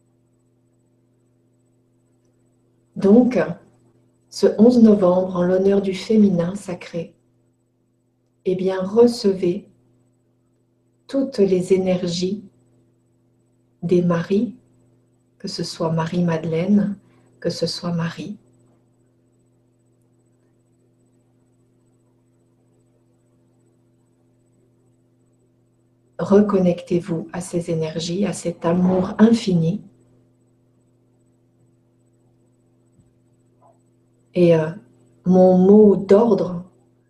Donc, ce onze novembre, en l'honneur du féminin sacré, eh bien, recevez toutes les énergies des maris, que ce soit Marie-Madeleine, que ce soit Marie. Reconnectez-vous à ces énergies, à cet amour infini. Et euh, mon mot d'ordre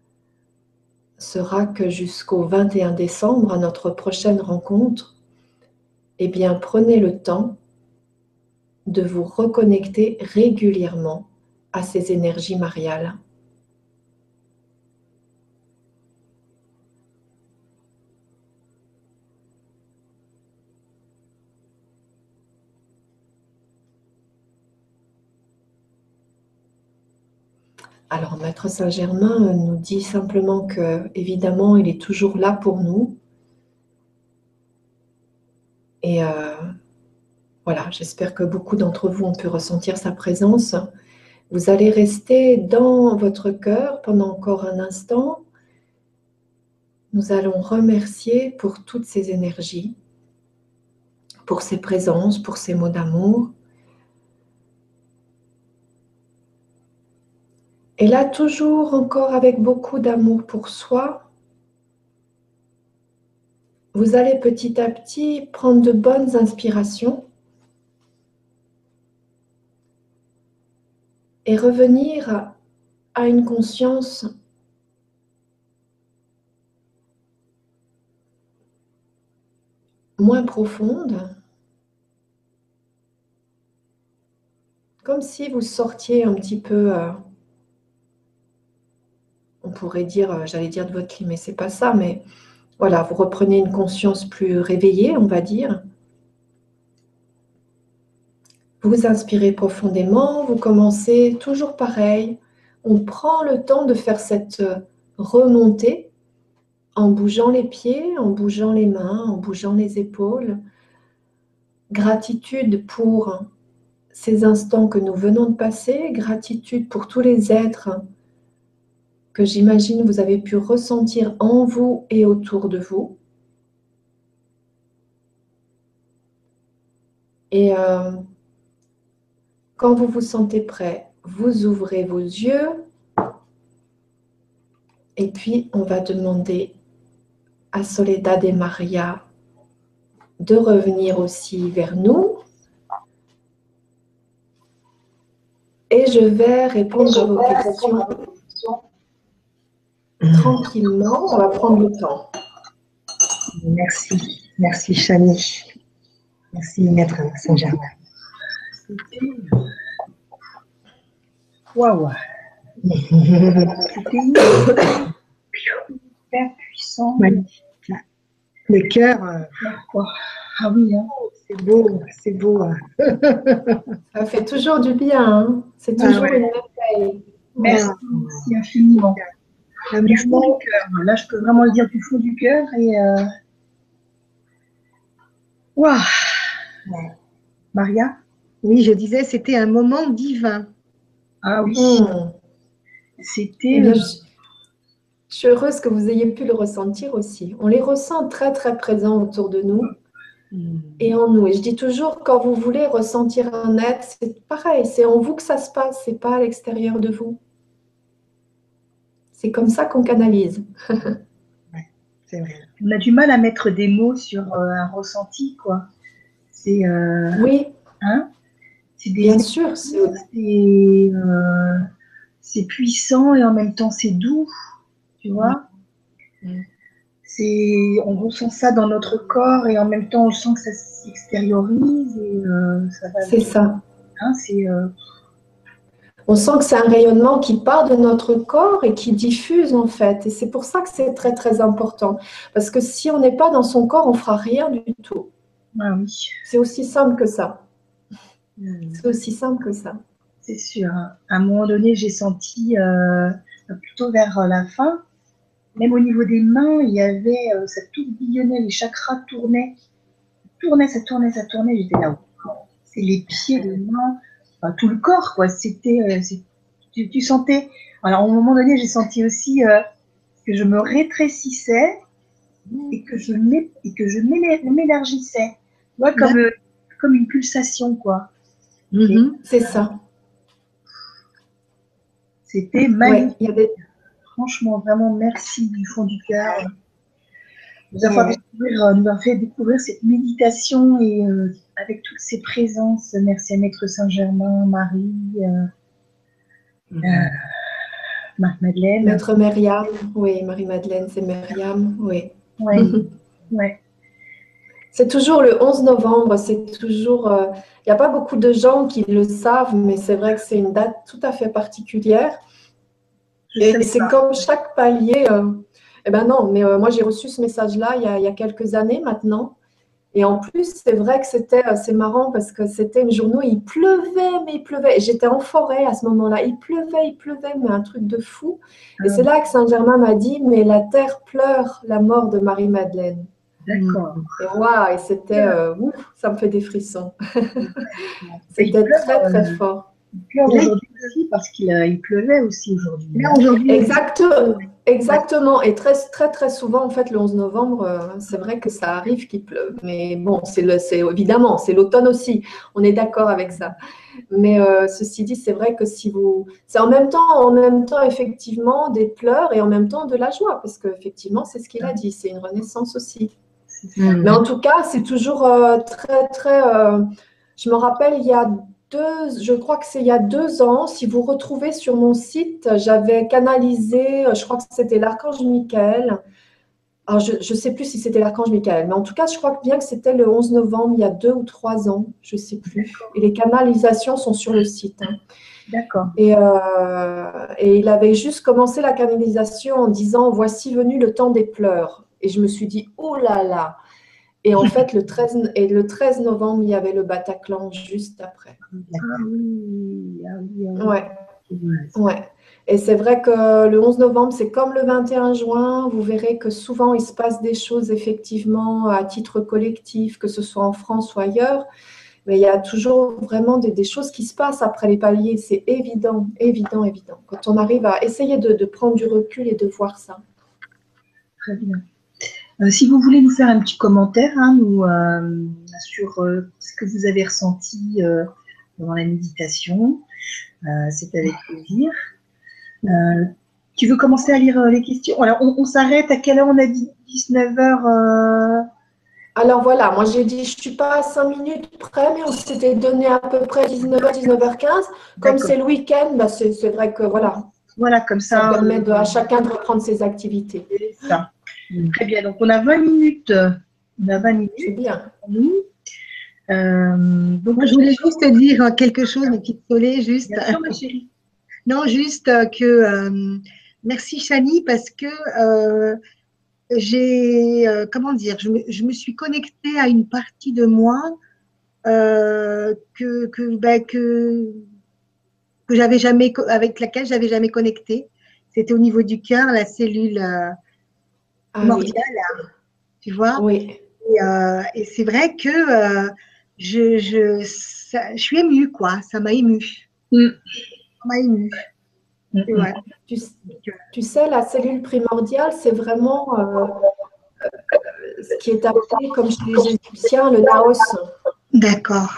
sera que jusqu'au vingt et un décembre, à notre prochaine rencontre, eh bien, prenez le temps de vous reconnecter régulièrement à ces énergies mariales. Alors, Maître Saint-Germain nous dit simplement que, évidemment, il est toujours là pour nous. Et euh, voilà, j'espère que beaucoup d'entre vous ont pu ressentir sa présence. Vous allez rester dans votre cœur pendant encore un instant. Nous allons remercier pour toutes ces énergies, pour ces présences, pour ces mots d'amour. Et là, toujours encore avec beaucoup d'amour pour soi, vous allez petit à petit prendre de bonnes inspirations et revenir à une conscience moins profonde, comme si vous sortiez un petit peu, euh, on pourrait dire, euh, j'allais dire de votre lit, mais c'est pas ça, mais voilà, vous reprenez une conscience plus réveillée, on va dire. Vous inspirez profondément, vous commencez toujours pareil. On prend le temps de faire cette remontée en bougeant les pieds, en bougeant les mains, en bougeant les épaules. Gratitude pour ces instants que nous venons de passer, gratitude pour tous les êtres que j'imagine vous avez pu ressentir en vous et autour de vous. Et euh, quand vous vous sentez prêt, vous ouvrez vos yeux et puis on va demander à Soledad et Maria de revenir aussi vers nous. Et je vais répondre à vos questions tranquillement. On va prendre le temps. Merci. Merci, Chani. Merci, Maître Saint-Germain. Waouh! C'était hyper puissant. Ouais. Le cœur, euh, ah oui, hein. c'est beau, c'est beau. Hein. Ça fait toujours du bien. Hein. C'est toujours ah ouais. une merveille. Merci, merci infiniment. Un du fond du cœur. Là, je peux vraiment le dire du fond du cœur. Et euh... waouh! Ouais. Maria? Oui, je disais, c'était un moment divin. Ah oui. Mmh. C'était... Eh je... je suis heureuse que vous ayez pu le ressentir aussi. On les ressent très, très présents autour de nous mmh. et en nous. Et je dis toujours, quand vous voulez ressentir un être, c'est pareil, c'est en vous que ça se passe, c'est pas à l'extérieur de vous. C'est comme ça qu'on canalise. Ouais, c'est vrai. On a du mal à mettre des mots sur euh, un ressenti, quoi. C'est... Euh... Oui. Hein? Des... Bien sûr. C'est euh... puissant et en même temps c'est doux, tu vois. Mmh. C'est, on ressent ça dans notre corps et en même temps on sent que ça s'extériorise et euh, ça va. C'est ça. Hein, c'est, euh... On sent que c'est un rayonnement qui part de notre corps et qui diffuse en fait. Et c'est pour ça que c'est très très important. Parce que si on n'est pas dans son corps, on ne fera rien du tout. Ah oui. C'est aussi simple que ça. Mmh. C'est aussi simple que ça. C'est sûr. À un moment donné, j'ai senti, euh, plutôt vers la fin, même au niveau des mains, il y avait, euh, ça tourbillonnait, les chakras tournaient. Ça tournait, ça tournait, ça tournait. J'étais là. C'est les pieds, les mains, enfin, tout le corps, quoi. C'était, euh, tu, tu sentais. Alors, à un moment donné, j'ai senti aussi euh, que je me rétrécissais et que je et que je m'élargissais. Tu vois, comme, euh, comme une pulsation, quoi. Mm-hmm. C'est ça. C'était magnifique. Ouais, il y avait... Franchement, vraiment, merci du fond du cœur. Nous avoir, ouais. découvert, nous avoir fait découvrir cette méditation et euh, avec toutes ces présences. Merci à Maître Saint-Germain, Marie, euh, mm-hmm. euh, Marie-Madeleine. Maître Myriam, oui, Marie-Madeleine, c'est Myriam, oui. Oui, ouais. C'est toujours le onze novembre, c'est toujours... Il euh, n'y a pas beaucoup de gens qui le savent, mais c'est vrai que c'est une date tout à fait particulière. Je et c'est comme chaque palier... Euh, eh ben non, mais euh, moi j'ai reçu ce message-là il, il y a quelques années maintenant. Et en plus, c'est vrai que c'était... Euh, c'est marrant parce que c'était une journée où il pleuvait, mais il pleuvait. J'étais en forêt à ce moment-là. Il pleuvait, il pleuvait, mais un truc de fou. Et ah. c'est là que Saint-Germain m'a dit, mais la terre pleure la mort de Marie-Madeleine. D'accord. Et waouh, et c'était, euh, ouf, ça me fait des frissons. C'était très très euh, fort. Il pleure aujourd'hui aussi parce qu'il il pleuvait aussi aujourd'hui. Exactement, exactement. Et très très très souvent en fait le onze novembre, euh, c'est vrai que ça arrive qu'il pleuve. Mais bon, c'est le, c'est évidemment, c'est l'automne aussi. On est d'accord avec ça. Mais euh, ceci dit, c'est vrai que si vous, c'est en même temps, en même temps effectivement des pleurs et en même temps de la joie parce que effectivement c'est ce qu'il a dit, c'est une renaissance aussi. Mmh. Mais en tout cas, c'est toujours euh, très, très... Euh, je me rappelle, il y a deux... Je crois que c'est il y a deux ans, si vous retrouvez sur mon site, j'avais canalisé, je crois que c'était l'archange Michael, alors je ne sais plus si c'était l'archange Michael, mais en tout cas, je crois bien que c'était le onze novembre, il y a deux ou trois ans, je ne sais plus. Et les canalisations sont sur le site. Hein. D'accord. Et, euh, et il avait juste commencé la canalisation en disant « Voici venu le temps des pleurs ». Et je me suis dit « Oh là là !» Et en fait, le treize, et le treize novembre, il y avait le Bataclan juste après. Ah oui, ah oui, ah oui. Ouais. Ouais. Et c'est vrai que le onze novembre, c'est comme le vingt et un juin. Vous verrez que souvent, il se passe des choses effectivement à titre collectif, que ce soit en France ou ailleurs. Mais il y a toujours vraiment des, des choses qui se passent après les paliers. C'est évident, évident, évident. Quand on arrive à essayer de, de prendre du recul et de voir ça. Très bien. Euh, si vous voulez nous faire un petit commentaire hein, nous, euh, sur euh, ce que vous avez ressenti euh, pendant la méditation, euh, c'est avec plaisir. Euh, tu veux commencer à lire euh, les questions? Alors, on, on s'arrête à quelle heure? On a dit dix-neuf heures. Euh... Alors voilà, moi j'ai dit, je ne suis pas à cinq minutes près, mais on s'était donné à peu près dix-neuf heures, dix-neuf heures quinze. Comme c'est le week-end, bah c'est vrai que voilà. Voilà, comme ça. Ça permet euh, de, à chacun de reprendre ses activités. C'est ça. Mmh. Très bien, donc on a vingt minutes. On a vingt minutes. C'est bien. Nous. Euh, donc, moi, je voulais juste te dire quelque chose, ma petite Solé, juste. Bien sûr, ma chérie. Non, juste que euh, merci Chani parce que euh, j'ai, euh, comment dire, je me, je me suis connectée à une partie de moi euh, que, que, ben, que, que j'avais jamais, avec laquelle j'avais jamais connecté. C'était au niveau du cœur, la cellule euh, Ah, primordiale, oui. tu vois. Oui. Et, euh, et c'est vrai que euh, je, je, ça, je suis émue, quoi. Ça m'a émue. Mm. Ça m'a émue. Mm. Ouais. Tu, tu sais, la cellule primordiale, c'est vraiment euh, euh, ce qui est appelé, comme chez les Égyptiens, le naos. D'accord.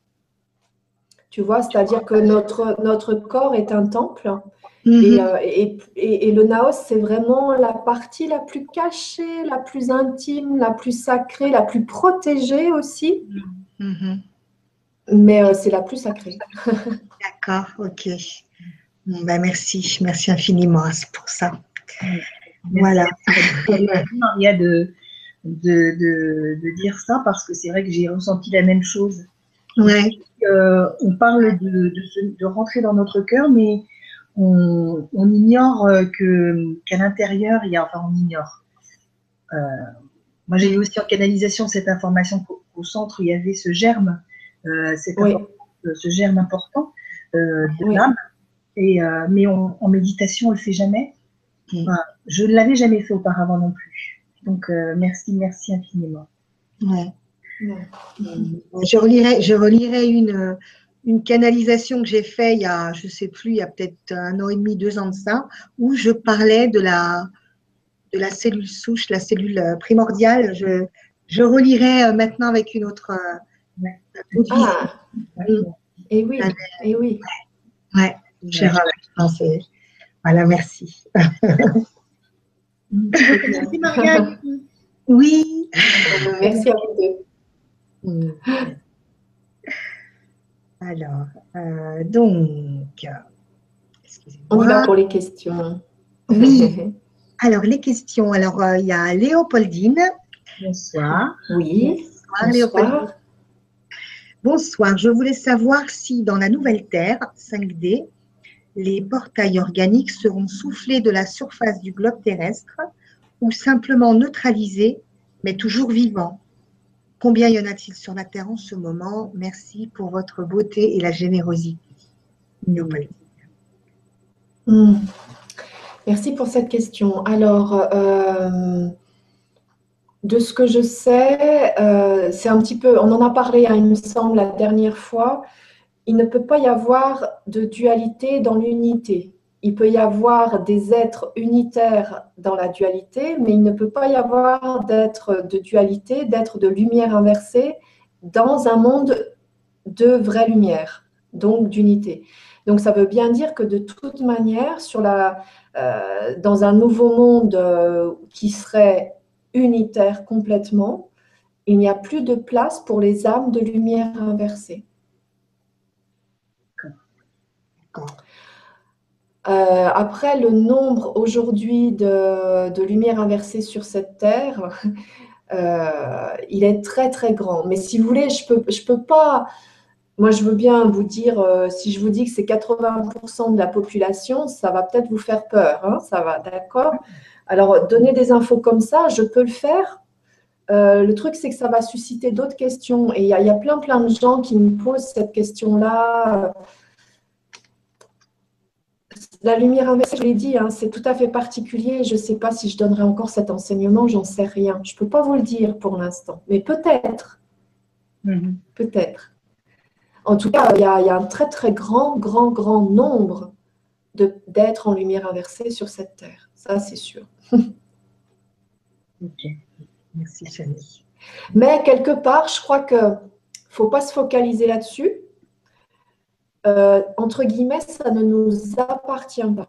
Tu vois, c'est-à-dire que notre, notre corps est un temple. Mm-hmm. Et, euh, et, et, et le naos, c'est vraiment la partie la plus cachée, la plus intime, la plus sacrée, la plus protégée aussi. Mm-hmm. Mais euh, c'est la plus sacrée. D'accord, ok. Bon, ben merci, merci infiniment pour ça. Merci. Voilà. Merci Maria de, de, de, de dire ça parce que c'est vrai que j'ai ressenti la même chose. Ouais. Euh, on parle de, de, de rentrer dans notre cœur, mais on, on ignore que, qu'à l'intérieur, il y a, enfin on ignore. Euh, moi j'ai eu aussi en canalisation cette information qu'au, qu'au centre, il y avait ce germe, euh, cette Oui. ce germe important euh, de Oui. l'âme, et, euh, mais on, en méditation, on ne le fait jamais. Enfin, je ne l'avais jamais fait auparavant non plus. Donc, euh, merci, merci infiniment. Ouais. Ouais. Je relirai, je relirai une, une canalisation que j'ai faite il y a, je ne sais plus, il y a peut-être un an et demi, deux ans de ça, où je parlais de la, de la cellule souche, la cellule primordiale. Je, je relirai maintenant avec une autre, ouais. autre Ah, vision. et oui, et oui. Ouais, je ouais. Voilà, merci. Merci Maria. Oui. Merci à vous deux. Alors, euh, donc, on y va pour les questions. Oui. Alors, les questions. Alors, euh, il y a Léopoldine. Bonsoir. Oui. Bonsoir, Léopoldine. Bonsoir. Je voulais savoir si dans la nouvelle Terre, cinq D, les portails organiques seront soufflés de la surface du globe terrestre ou simplement neutralisés, mais toujours vivants. Combien y en a-t-il sur la Terre en ce moment? Merci pour votre beauté et la générosité. Mmh. Merci pour cette question. Alors, euh, de ce que je sais, euh, c'est un petit peu, on en a parlé, hein, il me semble, la dernière fois, il ne peut pas y avoir de dualité dans l'unité. Il peut y avoir des êtres unitaires dans la dualité, mais il ne peut pas y avoir d'être de dualité, d'être de lumière inversée dans un monde de vraie lumière, donc d'unité. Donc ça veut bien dire que de toute manière, sur la, euh, dans un nouveau monde euh, qui serait unitaire complètement, il n'y a plus de place pour les âmes de lumière inversée. Euh, après, le nombre aujourd'hui de, de lumière inversée sur cette Terre, euh, il est très très grand. Mais si vous voulez, je peux, je peux pas. Moi, je veux bien vous dire, euh, si je vous dis que c'est quatre-vingts pour cent de la population, ça va peut-être vous faire peur, hein, ça va, d'accord? Alors, donner des infos comme ça, je peux le faire. Euh, le truc, c'est que ça va susciter d'autres questions. Et il y, a- il y a plein, plein de gens qui me posent cette question-là. La lumière inversée, je l'ai dit, hein, c'est tout à fait particulier. Je ne sais pas si je donnerai encore cet enseignement, j'en sais rien. Je ne peux pas vous le dire pour l'instant, mais peut-être, Mhm. peut-être. En tout cas, il y, a, il y a un très, très grand, grand, grand nombre de- d'êtres en lumière inversée sur cette Terre. Ça, c'est sûr. Ok, merci Chani. Mais quelque part, je crois qu'il ne faut pas se focaliser là-dessus. Euh, entre guillemets, ça ne nous appartient pas.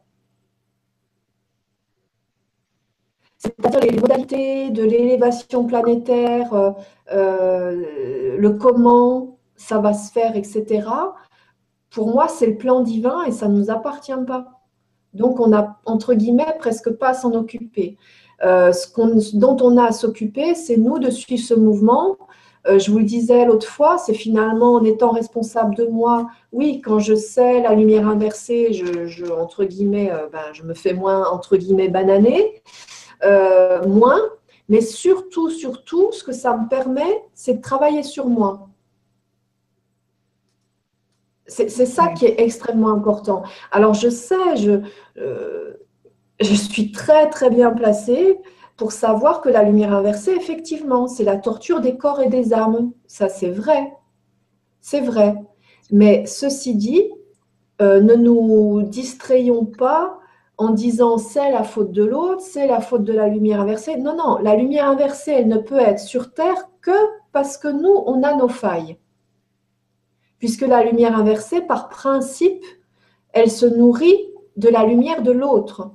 C'est-à-dire les modalités de l'élévation planétaire, euh, euh, le comment ça va se faire, et cetera. Pour moi, c'est le plan divin et ça ne nous appartient pas. Donc, on a, entre guillemets, presque pas à s'en occuper. Euh, ce, qu'on, ce dont on a à s'occuper, c'est nous de suivre ce mouvement. Euh, je vous le disais l'autre fois, c'est finalement en étant responsable de moi. Oui, quand je sais la lumière inversée, je, je entre guillemets, euh, ben, je me fais moins, entre guillemets, bananer. Euh, moins, mais surtout, surtout, ce que ça me permet, c'est de travailler sur moi. C'est c'est ça Ouais. qui est extrêmement important. Alors, je sais, je, euh, je suis très, très bien placée pour savoir que la lumière inversée, effectivement, c'est la torture des corps et des âmes. Ça, c'est vrai. C'est vrai. Mais ceci dit, Euh, ne nous distrayons pas en disant c'est la faute de l'autre, c'est la faute de la lumière inversée. Non, non, la lumière inversée, elle ne peut être sur Terre que parce que nous, on a nos failles. Puisque la lumière inversée, par principe, elle se nourrit de la lumière de l'autre,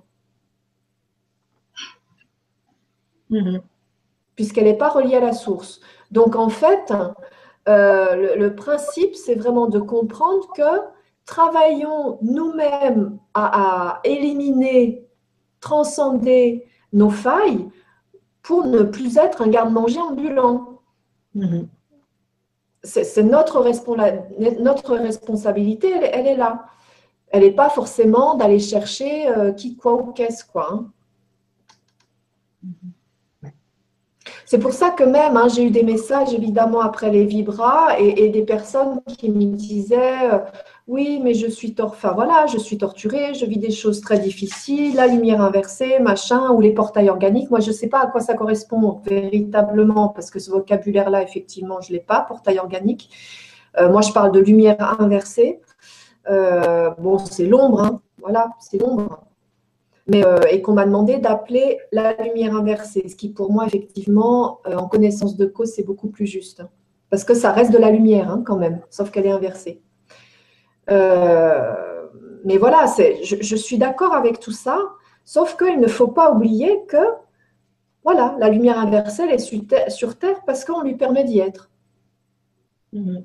Mhm. puisqu'elle n'est pas reliée à la source. Donc, en fait, euh, le, le principe, c'est vraiment de comprendre que travaillons nous-mêmes à, à éliminer transcender nos failles pour ne plus être un garde-manger ambulant. Mhm. C'est notre, responsa- notre responsabilité, elle, elle est là. Elle n'est pas forcément d'aller chercher euh, qui, quoi ou qu'est-ce, quoi. Hein. C'est pour ça que même, hein, j'ai eu des messages évidemment après les vibras et, et des personnes qui me disaient euh, oui, mais je suis tor enfin, voilà, je suis torturée, je vis des choses très difficiles, la lumière inversée, machin, ou les portails organiques. Moi, je ne sais pas à quoi ça correspond véritablement, parce que ce vocabulaire-là, effectivement, je ne l'ai pas, portail organique. Euh, moi, je parle de lumière inversée. Euh, bon, c'est l'ombre, hein, voilà, c'est l'ombre. Mais, euh, et qu'on m'a demandé d'appeler la lumière inversée, ce qui pour moi, effectivement, euh, en connaissance de cause, c'est beaucoup plus juste. Hein, parce que ça reste de la lumière hein, quand même, sauf qu'elle est inversée. Euh, mais voilà, je, je suis d'accord avec tout ça, sauf qu'il ne faut pas oublier que voilà, la lumière inversée, elle est sur Terre, sur terre parce qu'on lui permet d'y être. Mhm.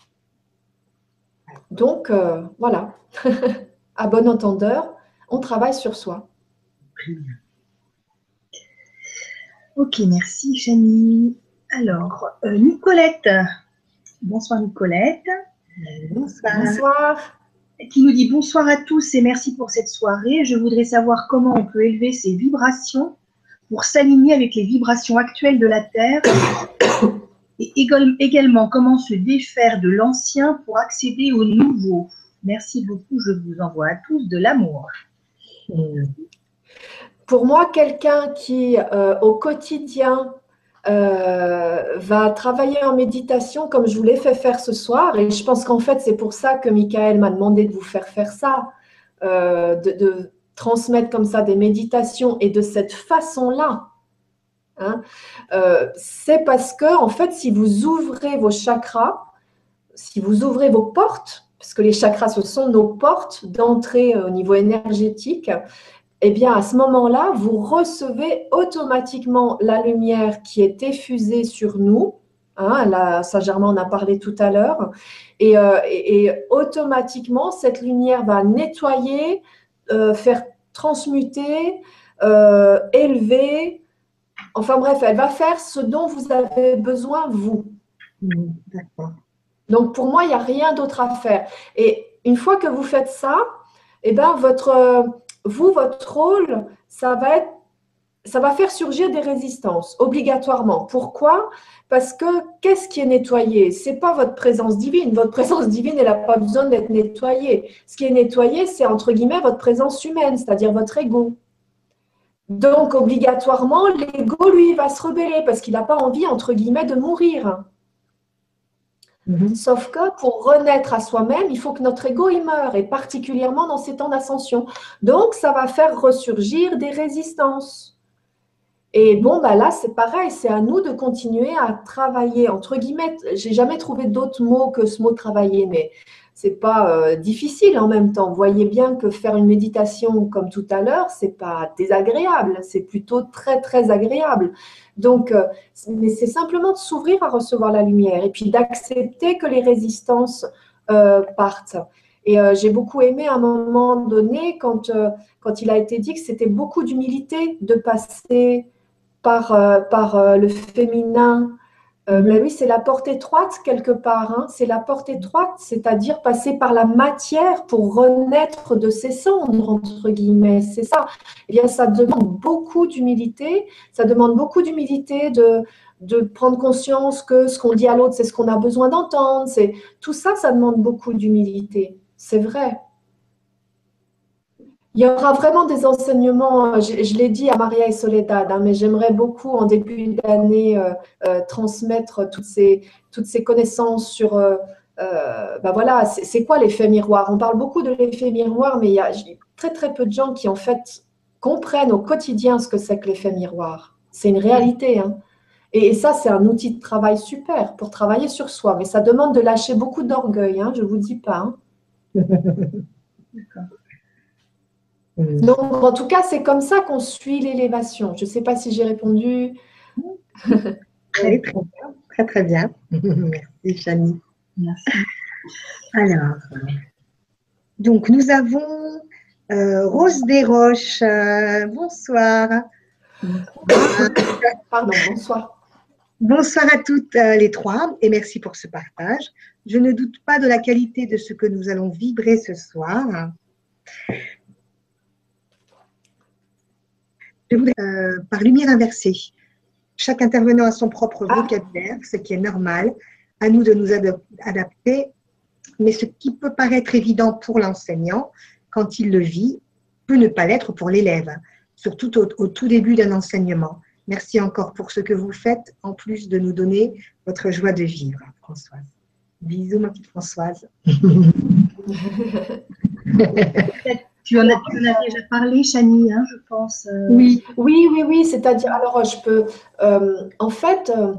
Donc, euh, voilà, à bon entendeur, on travaille sur soi. Ok, merci Chani. Alors, euh, Nicolette. Bonsoir Nicolette. Bonsoir. Bonsoir. Qui nous dit bonsoir à tous et merci pour cette soirée. Je voudrais savoir comment on peut élever ces vibrations pour s'aligner avec les vibrations actuelles de la Terre et également comment se défaire de l'ancien pour accéder au nouveau. Merci beaucoup, je vous envoie à tous de l'amour. Mhm. Pour moi, quelqu'un qui, euh, au quotidien, euh, va travailler en méditation comme je vous l'ai fait faire ce soir, et je pense qu'en fait, c'est pour ça que Michael m'a demandé de vous faire faire ça, euh, de, de transmettre comme ça des méditations et de cette façon-là. Hein, euh, c'est parce que, en fait, si vous ouvrez vos chakras, si vous ouvrez vos portes, parce que les chakras, ce sont nos portes d'entrée au niveau énergétique, eh bien, à ce moment-là, vous recevez automatiquement la lumière qui est effusée sur nous. Hein, là, Saint-Germain en a parlé tout à l'heure. Et, euh, et, et automatiquement, cette lumière va nettoyer euh, faire transmuter, euh, élever. Enfin bref, elle va faire ce dont vous avez besoin, vous. Mmh, d'accord. Donc pour moi, il n'y a rien d'autre à faire. Et une fois que vous faites ça, eh ben, votre, vous, votre rôle, ça va être, ça va faire surgir des résistances, obligatoirement. Pourquoi? Parce que qu'est-ce qui est nettoyé? Ce n'est pas votre présence divine. Votre présence divine, elle n'a pas besoin d'être nettoyée. Ce qui est nettoyé, c'est entre guillemets votre présence humaine, c'est-à-dire votre ego. Donc, obligatoirement, l'ego, lui, va se rebeller parce qu'il n'a pas envie, entre guillemets, de mourir. Mmh. Sauf que pour renaître à soi-même, il faut que notre ego il meure, et particulièrement dans ces temps d'ascension. Donc, ça va faire ressurgir des résistances. Et bon, bah là, c'est pareil, c'est à nous de continuer à travailler, entre guillemets. J'ai jamais trouvé d'autres mots que ce mot travailler, mais c'est pas euh, difficile en même temps. Vous voyez bien que faire une méditation comme tout à l'heure, c'est pas désagréable, c'est plutôt très très agréable. Donc, euh, mais c'est simplement de s'ouvrir à recevoir la lumière et puis d'accepter que les résistances euh, partent. Et euh, j'ai beaucoup aimé à un moment donné quand, euh, quand il a été dit que c'était beaucoup d'humilité de passer par, euh, par euh, le féminin. Euh, mais oui, c'est la porte étroite quelque part. Hein. C'est la porte étroite, c'est-à-dire passer par la matière pour renaître de ses cendres, entre guillemets. C'est ça. Eh bien, ça demande beaucoup d'humilité. Ça demande beaucoup d'humilité de, de prendre conscience que ce qu'on dit à l'autre, c'est ce qu'on a besoin d'entendre. C'est, tout ça, ça demande beaucoup d'humilité. C'est vrai. Il y aura vraiment des enseignements, je, je l'ai dit à Maria et Soledad, hein, mais j'aimerais beaucoup en début d'année euh, euh, transmettre toutes ces, toutes ces connaissances sur, euh, euh, ben voilà, c'est, c'est quoi l'effet miroir? On parle beaucoup de l'effet miroir, mais il y a très très peu de gens qui en fait comprennent au quotidien ce que c'est que l'effet miroir. C'est une réalité. Hein. Et, et ça, c'est un outil de travail super pour travailler sur soi, mais ça demande de lâcher beaucoup d'orgueil, hein, je ne vous dis pas. Hein. D'accord. Donc, en tout cas, c'est comme ça qu'on suit l'élévation. Je ne sais pas si j'ai répondu. Très, très bien. Très, très bien. Merci, Chani. Merci. Alors, donc, nous avons euh, Rose Desroches. Euh, bonsoir. Pardon, bonsoir. Bonsoir à toutes euh, les trois et merci pour ce partage. Je ne doute pas de la qualité de ce que nous allons vibrer ce soir. Je voudrais, euh, par lumière inversée, chaque intervenant a son propre Ah. vocabulaire, ce qui est normal, à nous de nous adapter, mais ce qui peut paraître évident pour l'enseignant, quand il le vit, peut ne pas l'être pour l'élève, surtout au, au tout début d'un enseignement. Merci encore pour ce que vous faites, en plus de nous donner votre joie de vivre, Françoise. Bisous, ma petite Françoise. Tu en, as, tu en as déjà parlé, Chani, hein, je pense. Euh... Oui, oui, oui, oui. C'est-à-dire, alors, je peux. Euh, en fait, euh,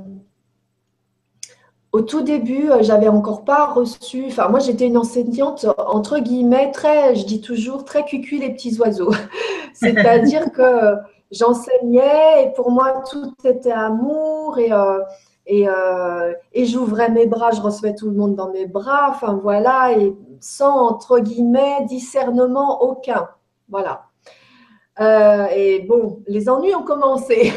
au tout début, euh, j'avais encore pas reçu. Enfin, moi, j'étais une enseignante entre guillemets très, je dis toujours, très cucu les petits oiseaux. C'est-à-dire que j'enseignais et pour moi, tout était amour et. Euh, Et, euh, et j'ouvrais mes bras, je recevais tout le monde dans mes bras, enfin voilà, et sans, entre guillemets, discernement aucun. Voilà. Euh, et bon, les ennuis ont commencé.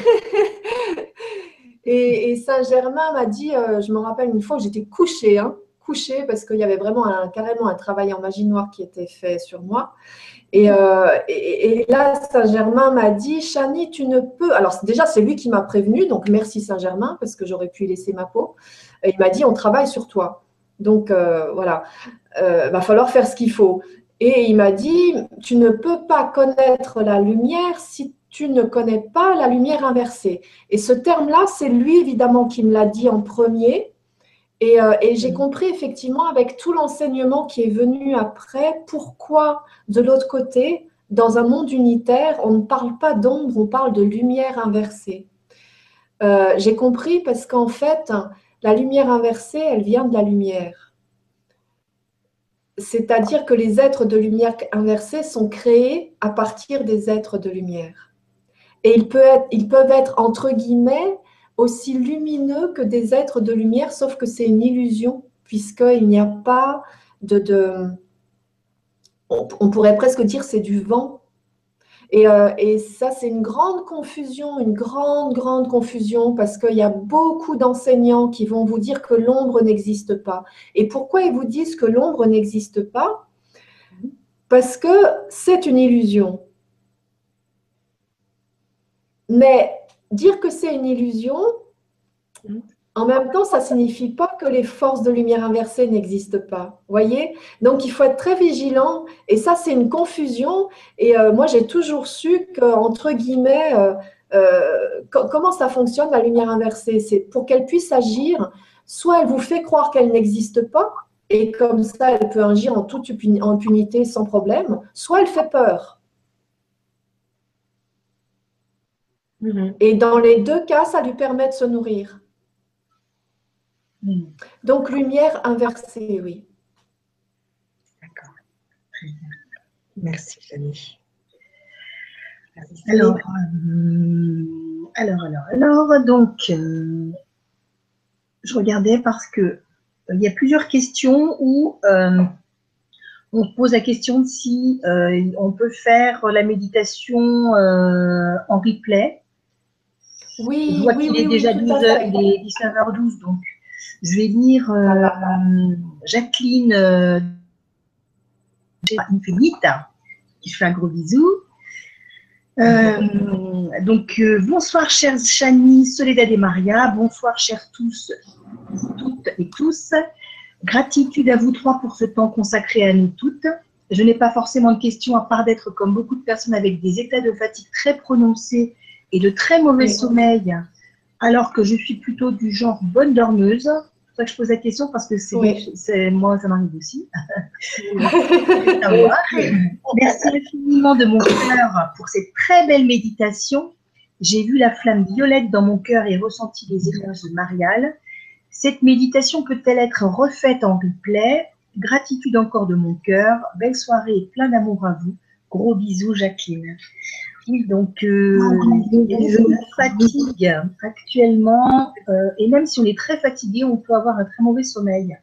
et, et Saint-Germain m'a dit, euh, je me rappelle une fois où j'étais couchée, hein, couchée, parce qu'il y avait vraiment un, carrément un travail en magie noire qui était fait sur moi. Et, euh, et, et là, Saint-Germain m'a dit, Chani, tu ne peux… Alors déjà, c'est lui qui m'a prévenu, donc merci Saint-Germain, parce que j'aurais pu laisser ma peau. Et il m'a dit, on travaille sur toi. Donc euh, voilà, il euh, va falloir faire ce qu'il faut. Et il m'a dit, tu ne peux pas connaître la lumière si tu ne connais pas la lumière inversée. Et ce terme-là, c'est lui évidemment qui me l'a dit en premier. Et, euh, et j'ai compris effectivement avec tout l'enseignement qui est venu après, pourquoi de l'autre côté, dans un monde unitaire, on ne parle pas d'ombre, on parle de lumière inversée. Euh, j'ai compris parce qu'en fait, la lumière inversée, elle vient de la lumière. C'est-à-dire que les êtres de lumière inversée sont créés à partir des êtres de lumière. Et ils peuvent être, ils peuvent être entre guillemets, aussi lumineux que des êtres de lumière, sauf que c'est une illusion, puisqu'il n'y a pas de, de… on, on pourrait presque dire c'est du vent. Et, euh, et ça, c'est une grande confusion, une grande, grande confusion, parce qu'il y a beaucoup d'enseignants qui vont vous dire que l'ombre n'existe pas. Et pourquoi ils vous disent que l'ombre n'existe pas? Parce que c'est une illusion. Mais dire que c'est une illusion, en même temps, ça ne signifie pas que les forces de lumière inversée n'existent pas. Voyez? Donc, il faut être très vigilant. Et ça, c'est une confusion. Et euh, moi, j'ai toujours su qu'entre guillemets, euh, euh, comment ça fonctionne la lumière inversée? C'est pour qu'elle puisse agir, soit elle vous fait croire qu'elle n'existe pas, et comme ça, elle peut agir en toute impunité sans problème, soit elle fait peur. Mm-hmm. Et dans les deux cas, ça lui permet de se nourrir. Mm. Donc, lumière inversée, oui. D'accord. Très bien. Merci, Fanny. Alors, euh, alors, alors, alors, donc, euh, je regardais parce que euh, il y a plusieurs questions où euh, on pose la question si euh, on peut faire la méditation euh, en replay. Oui, je vois oui, qu'il oui, est oui, déjà tout douze à heures, fait. il est dix-neuf heures douze, donc je vais lire euh, Jacqueline euh, Infinite, qui fait un gros bisou. Euh, donc, euh, bonsoir, chers Chani, Soledad et Maria. Bonsoir, chers tous, toutes et tous. Gratitude à vous trois pour ce temps consacré à nous toutes. Je n'ai pas forcément de questions, à part d'être comme beaucoup de personnes avec des états de fatigue très prononcés et de très mauvais oui. sommeil, alors que je suis plutôt du genre bonne dormeuse. C'est pour ça que je pose la question, parce que c'est oui. moi, ça m'arrive aussi. Merci infiniment de mon cœur pour cette très belle méditation. J'ai vu la flamme violette dans mon cœur et ressenti les énergies mariales. Cette méditation peut-elle être refaite en replay? Gratitude encore de mon cœur. Belle soirée et plein d'amour à vous. Gros bisous, Jacqueline. Oui, donc, euh, il y a une fatigue actuellement. Euh, et même si on est très fatigué, on peut avoir un très mauvais sommeil.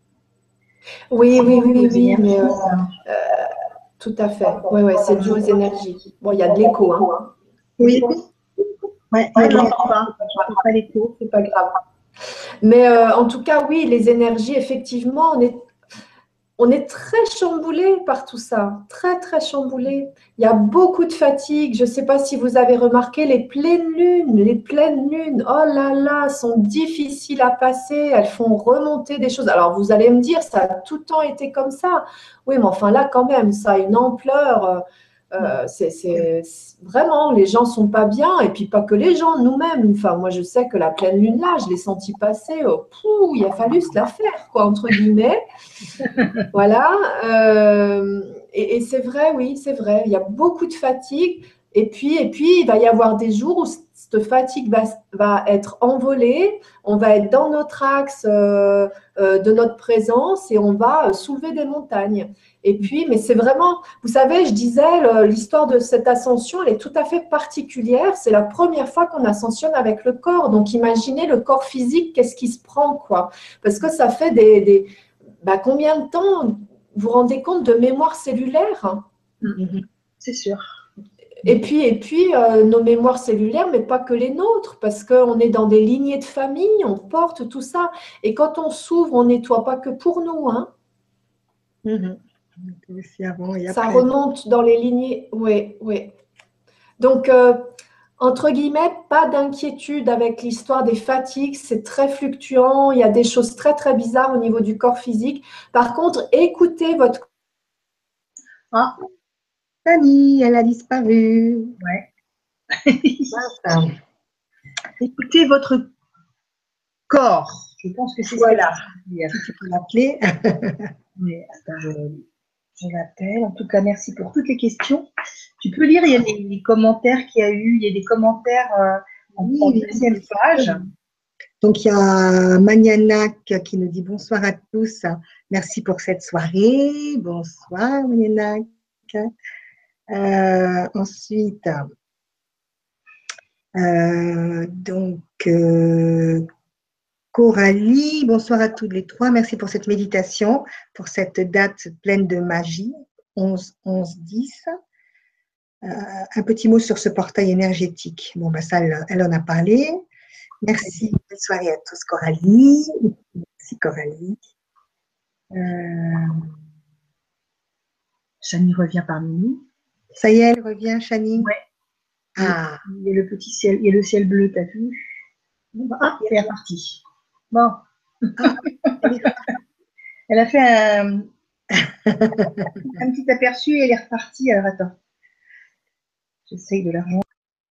Oui, oui, oui, oui, oui, mais euh, euh, tout à fait. Oui, oui, c'est dû aux énergies. Bon, il y a de l'écho, hein. Oui. Ouais, ah, je n'entends pas. Je n'entends pas l'écho. C'est pas grave. Mais euh, en tout cas, oui, les énergies, effectivement, on est, on est très chamboulé par tout ça. Très, très chamboulé. Il y a beaucoup de fatigue. Je ne sais pas si vous avez remarqué, les pleines lunes, les pleines lunes, oh là là, sont difficiles à passer. Elles font remonter des choses. Alors, vous allez me dire, ça a tout le temps été comme ça. Oui, mais enfin là, quand même, ça a une ampleur. Euh, Euh, c'est, c'est, c'est vraiment, les gens sont pas bien, et puis pas que les gens, nous-mêmes. Enfin, moi, je sais que la pleine lune là, je l'ai senti passer. Oh, pouh, il a fallu se la faire, quoi, entre guillemets. Voilà. Euh, et, et c'est vrai, oui, c'est vrai. Il y a beaucoup de fatigue, et puis, et puis, il va y avoir des jours où cette fatigue va, va être envolée. On va être dans notre axe euh, euh, de notre présence, et on va soulever des montagnes. Et puis, mais c'est vraiment, vous savez, je disais, l'histoire de cette ascension, elle est tout à fait particulière. C'est la première fois qu'on ascensionne avec le corps. Donc, imaginez le corps physique, qu'est-ce qui se prend, quoi. Parce que ça fait des… des bah, combien de temps vous vous rendez compte de mémoire cellulaire, hein? Mm-hmm. C'est sûr. Et puis, et puis euh, nos mémoires cellulaires, mais pas que les nôtres, parce qu'on est dans des lignées de famille, on porte tout ça. Et quand on s'ouvre, on nettoie pas que pour nous, hein. Mm-hmm. Aussi avant et ça après. remonte dans les lignées, oui, oui. Donc, euh, entre guillemets, pas d'inquiétude avec l'histoire des fatigues, c'est très fluctuant, il y a des choses très, très bizarres au niveau du corps physique. Par contre, écoutez votre… Ah, Fanny, elle a disparu. Ouais. Écoutez votre corps. Je pense que c'est voilà. ça. Voilà. Si tu peux l'appeler. Mais attends, je, je l'appelle. En tout cas, merci pour toutes les questions. Tu peux lire, il y a les, les commentaires qu'il y a eu. Il y a des commentaires euh, en, oui, en deuxième oui, page. Donc, il y a Manianac qui nous dit bonsoir à tous. Merci pour cette soirée. Bonsoir, Manianac. Euh, ensuite, euh, donc, euh, Coralie, bonsoir à toutes les trois. Merci pour cette méditation, pour cette date pleine de magie. onze onze dix. Euh, un petit mot sur ce portail énergétique. Bon, ben ça, elle, elle en a parlé. Merci. Bonne soirée à tous, Coralie. Merci, Coralie. Euh... Chani revient parmi nous. Ça y est, elle revient, Chani. Ouais. Ah. Il y a le petit ciel, il y a le ciel bleu, t'as vu? Ah, elle est repartie. Bon. Ah, elle, est... elle a fait un, un petit aperçu et elle est repartie. Alors attends. J'essaye de la rejoindre.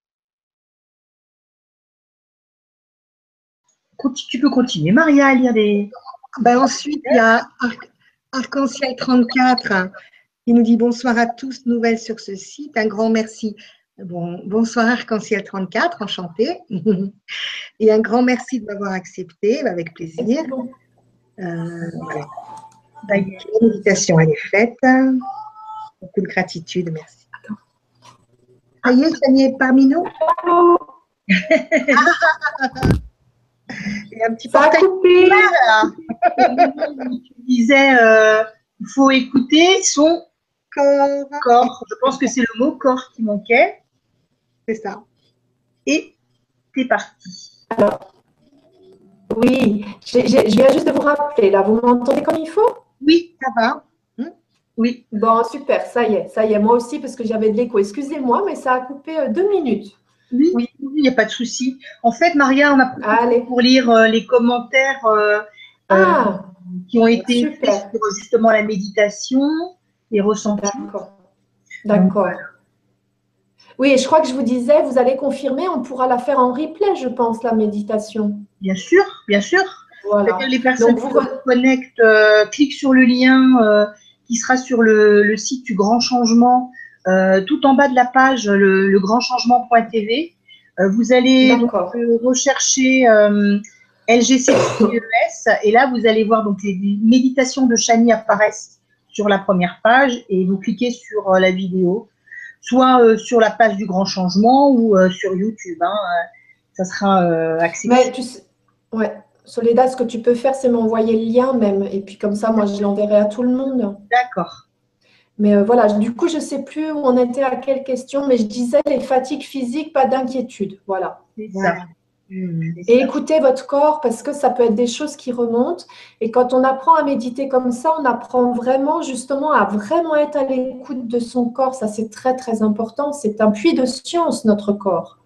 Tu peux continuer, Maria, à lire des. Ben ensuite, il y a Arc-en-Ciel trente-quatre qui nous dit bonsoir à tous, nouvelles sur ce site. Un grand merci. Bon, bonsoir Arc-en-Ciel trente-quatre, enchanté. Et un grand merci de m'avoir accepté, avec plaisir. Euh, voilà. La méditation, elle est faite. Beaucoup de gratitude, merci. Ça y est, Chani est parmi nous. Il y a un petit portail coupé. Tu disais, euh, il faut écouter son corps. corps. Je pense que c'est le mot corps qui manquait. C'est ça. Et t'es parti. Alors, oui, je viens juste de vous rappeler, là, vous m'entendez comme il faut? Oui, ça va. Hum? Oui. Bon, super, ça y est, ça y est, moi aussi, parce que j'avais de l'écho. Excusez-moi, mais ça a coupé euh, deux minutes. Oui, oui, il n'y a pas de souci. En fait, Maria, on a profité pour lire euh, les commentaires euh, ah, euh, qui ont été super. faits sur justement la méditation, les ressentis. D'accord. D'accord. Oui, et je crois que je vous disais, vous allez confirmer, on pourra la faire en replay, je pense, la méditation. Bien sûr, bien sûr. Voilà. Les personnes Donc, qui vous... se connectent, euh, cliquent sur le lien euh, qui sera sur le, le site du Grand Changement, euh, tout en bas de la page, le, le grand changement point t v. Euh, vous allez donc, euh, rechercher euh, L G C T E S et là, vous allez voir donc les méditations de Chani apparaissent sur la première page et vous cliquez sur euh, la vidéo, soit euh, sur la page du Grand Changement ou euh, sur YouTube. Hein, ça sera euh, accessible. Mais tu sais, ouais. Soledad, ce que tu peux faire, c'est m'envoyer le lien même. Et puis comme ça, moi, je l'enverrai à tout le monde. D'accord. Mais euh, voilà, du coup, je ne sais plus où on était, à quelle question, mais je disais les fatigues physiques, pas d'inquiétude. Voilà. C'est ça. Et écoutez votre corps parce que ça peut être des choses qui remontent. Et quand on apprend à méditer comme ça, on apprend vraiment justement à vraiment être à l'écoute de son corps. Ça, c'est très, très important. C'est un puits de science, notre corps.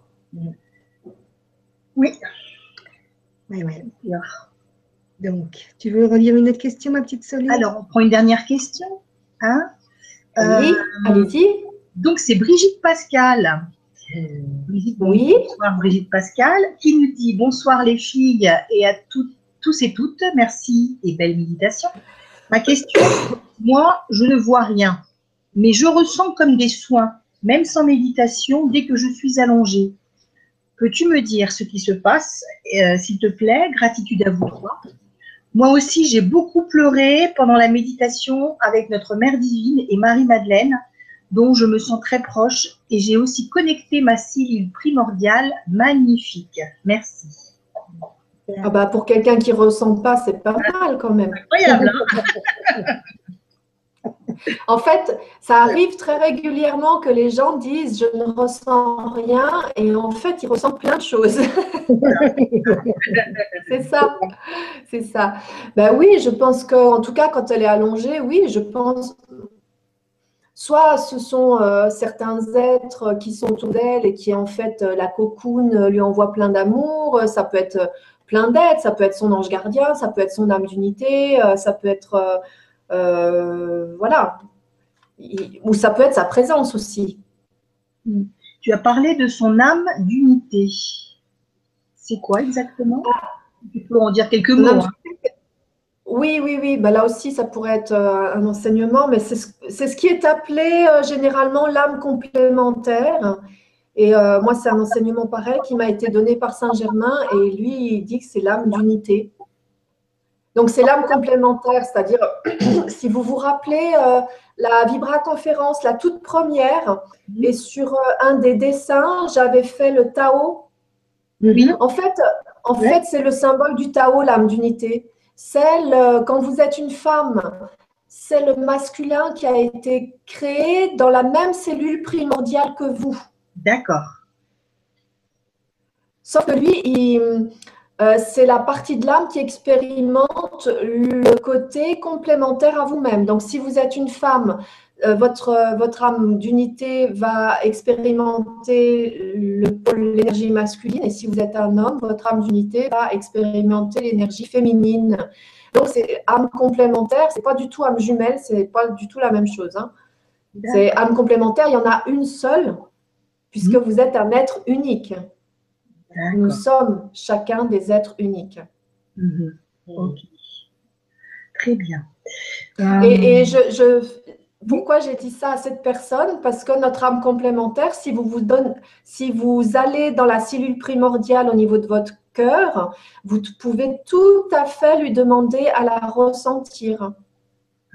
Oui. Oui, oui. Donc, tu veux relire une autre question, ma petite Soleil? Alors, on prend une dernière question. Hein oui, euh, allez-y. Donc, c'est Brigitte Pascal. Brigitte, oui. Bonsoir Brigitte Pascal, qui nous dit bonsoir les filles et à toutes, tous et toutes. Merci et belle méditation. Ma question, moi, je ne vois rien, mais je ressens comme des soins, même sans méditation, dès que je suis allongée. Peux-tu me dire ce qui se passe, euh, s'il te plaît? Gratitude à vous trois. Moi aussi, j'ai beaucoup pleuré pendant la méditation avec notre Mère Divine et Marie-Madeleine, dont je me sens très proche, et j'ai aussi connecté ma cellule primordiale. Magnifique. Merci. Ah bah pour quelqu'un qui ne ressent pas, c'est pas mal quand même. Incroyable. Hein? En fait, ça arrive très régulièrement que les gens disent « je ne ressens rien » et en fait, ils ressentent plein de choses. C'est ça, c'est ça. Ben oui, je pense qu'en tout cas, quand elle est allongée, oui, je pense… Soit ce sont euh, certains êtres qui sont autour d'elle et qui, en fait, la cocoon lui envoie plein d'amour. Ça peut être plein d'êtres, ça peut être son ange gardien, ça peut être son âme d'unité, ça peut être… Euh, Euh, voilà, ou ça peut être sa présence aussi. Tu as parlé de son âme d'unité. C'est quoi exactement? Tu peux en dire quelques mots. Hein. Oui, oui, oui. Ben là aussi, ça pourrait être un enseignement, mais c'est ce, ce qui est appelé euh, généralement l'âme complémentaire. Et euh, moi, c'est un enseignement pareil qui m'a été donné par Saint-Germain, et lui, il dit que c'est l'âme d'unité. Donc, c'est l'âme complémentaire, c'est-à-dire, si vous vous rappelez, euh, la Vibra-conférence, la toute première, mmh. et sur euh, un des dessins, j'avais fait le Tao. Oui. En fait, en ouais. fait c'est le symbole du Tao, l'âme d'unité. Celle, euh, quand vous êtes une femme, c'est le masculin qui a été créé dans la même cellule primordiale que vous. D'accord. Sauf que lui, il, euh, c'est la partie de l'âme qui expérimente le côté complémentaire à vous-même. Donc, si vous êtes une femme, euh, votre, votre âme d'unité va expérimenter l'énergie masculine. Et si vous êtes un homme, votre âme d'unité va expérimenter l'énergie féminine. Donc, c'est âme complémentaire. Ce n'est pas du tout âme jumelle. Ce n'est pas du tout la même chose. Hein. C'est âme complémentaire. Il y en a une seule, puisque mmh. vous êtes un être unique. Nous sommes chacun des êtres uniques. Mmh. Ok. Très bien. Et, et je, je, pourquoi j'ai dit ça à cette personne? Parce que notre âme complémentaire, si vous, vous, donne, si vous allez dans la cellule primordiale au niveau de votre cœur, vous pouvez tout à fait lui demander à la ressentir. Ah.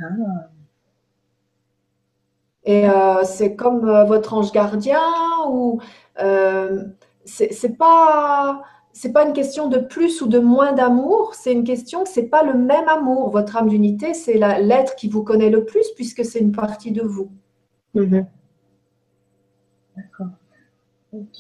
Et euh, c'est comme euh, votre ange gardien ou... Euh, c'est pas c'est pas une question de plus ou de moins d'amour, c'est une question que c'est pas le même amour. Votre âme d'unité, c'est l'être qui vous connaît le plus puisque c'est une partie de vous. Mm-hmm. D'accord. Ok.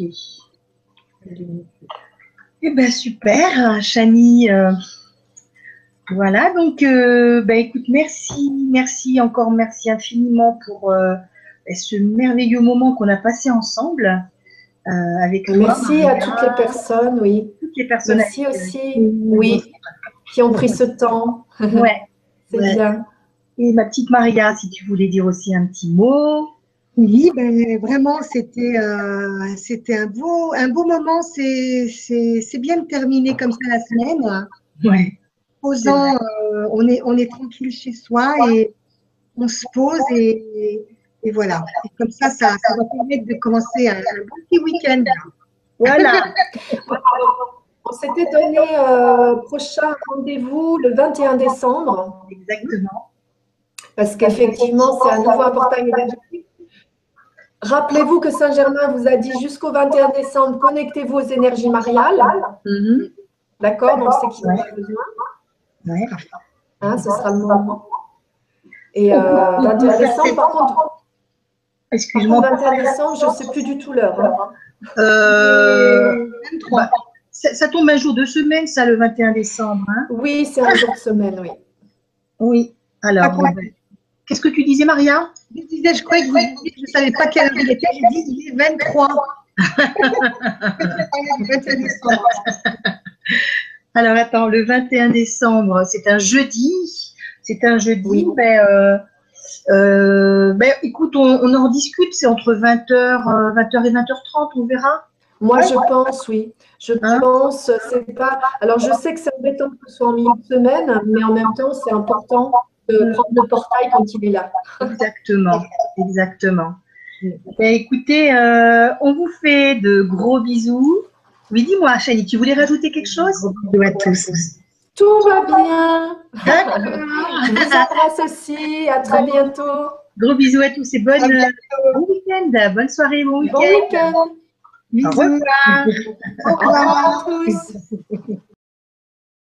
Eh ben super, Chani. Euh, voilà, donc euh, ben écoute, merci, merci encore, merci infiniment pour euh, ce merveilleux moment qu'on a passé ensemble. Euh, avec toi, merci Maria, à toutes les personnes, oui. Toutes les personnes. Merci aussi, oui, qui ont pris ce temps. Ouais. C'est ouais. bien. Et ma petite Maria, si tu voulais dire aussi un petit mot. Oui, ben, vraiment, c'était euh, c'était un beau, un beau moment. C'est bien de terminer comme ça la semaine. Ouais. Posant, euh, on, est, on est tranquille chez soi et on se pose et. Et voilà, et comme ça, ça, ça va permettre de commencer un, un bon petit week-end. Voilà. On s'était donné euh, prochain rendez-vous le vingt et un décembre. Exactement. Parce qu'effectivement, c'est un nouveau portail énergétique. Rappelez-vous que Saint-Germain vous a dit jusqu'au vingt et un décembre, connectez-vous aux énergies mariales. Mm-hmm. D'accord, donc c'est qu'il en a besoin. Ouais. Hein, ce sera le moment. Et euh, vingt et un décembre, par contre. Excuse-moi. vingt et un décembre, je ne sais plus du tout l'heure. Hein. Euh, vingt-trois. Bah, ça, ça tombe un jour de semaine, ça, le vingt et un décembre. Hein? Oui, c'est un jour de semaine, oui. Oui. Alors, bon, qu'est-ce que tu disais, Maria? Je disais, je croyais que vous disiez, je ne savais pas quelle heure il était. J'ai dit, il est vingt-trois. Alors, attends, le vingt et un décembre, c'est un jeudi. C'est un jeudi, oui. mais... Euh, Euh, ben, écoute, on, on en discute, c'est entre vingt heures, euh, vingt heures et vingt heures trente, on verra. Moi, je pense, oui. Je hein? pense, c'est pas. Alors, je sais que c'est embêtant que ce soit en milieu de semaine, mais en même temps, c'est important de prendre le portail quand il est là. Exactement, exactement. Ben, écoutez, euh, on vous fait de gros bisous. Oui, dis-moi, Chani, tu voulais rajouter quelque chose? Gros bisous à tous. Tout va bien. Je vous embrasse aussi. À très bientôt. Gros bisous à tous et bonne, bon week-end. Bonne soirée, bon week-end. Bon week-end. Au revoir. Au revoir à tous.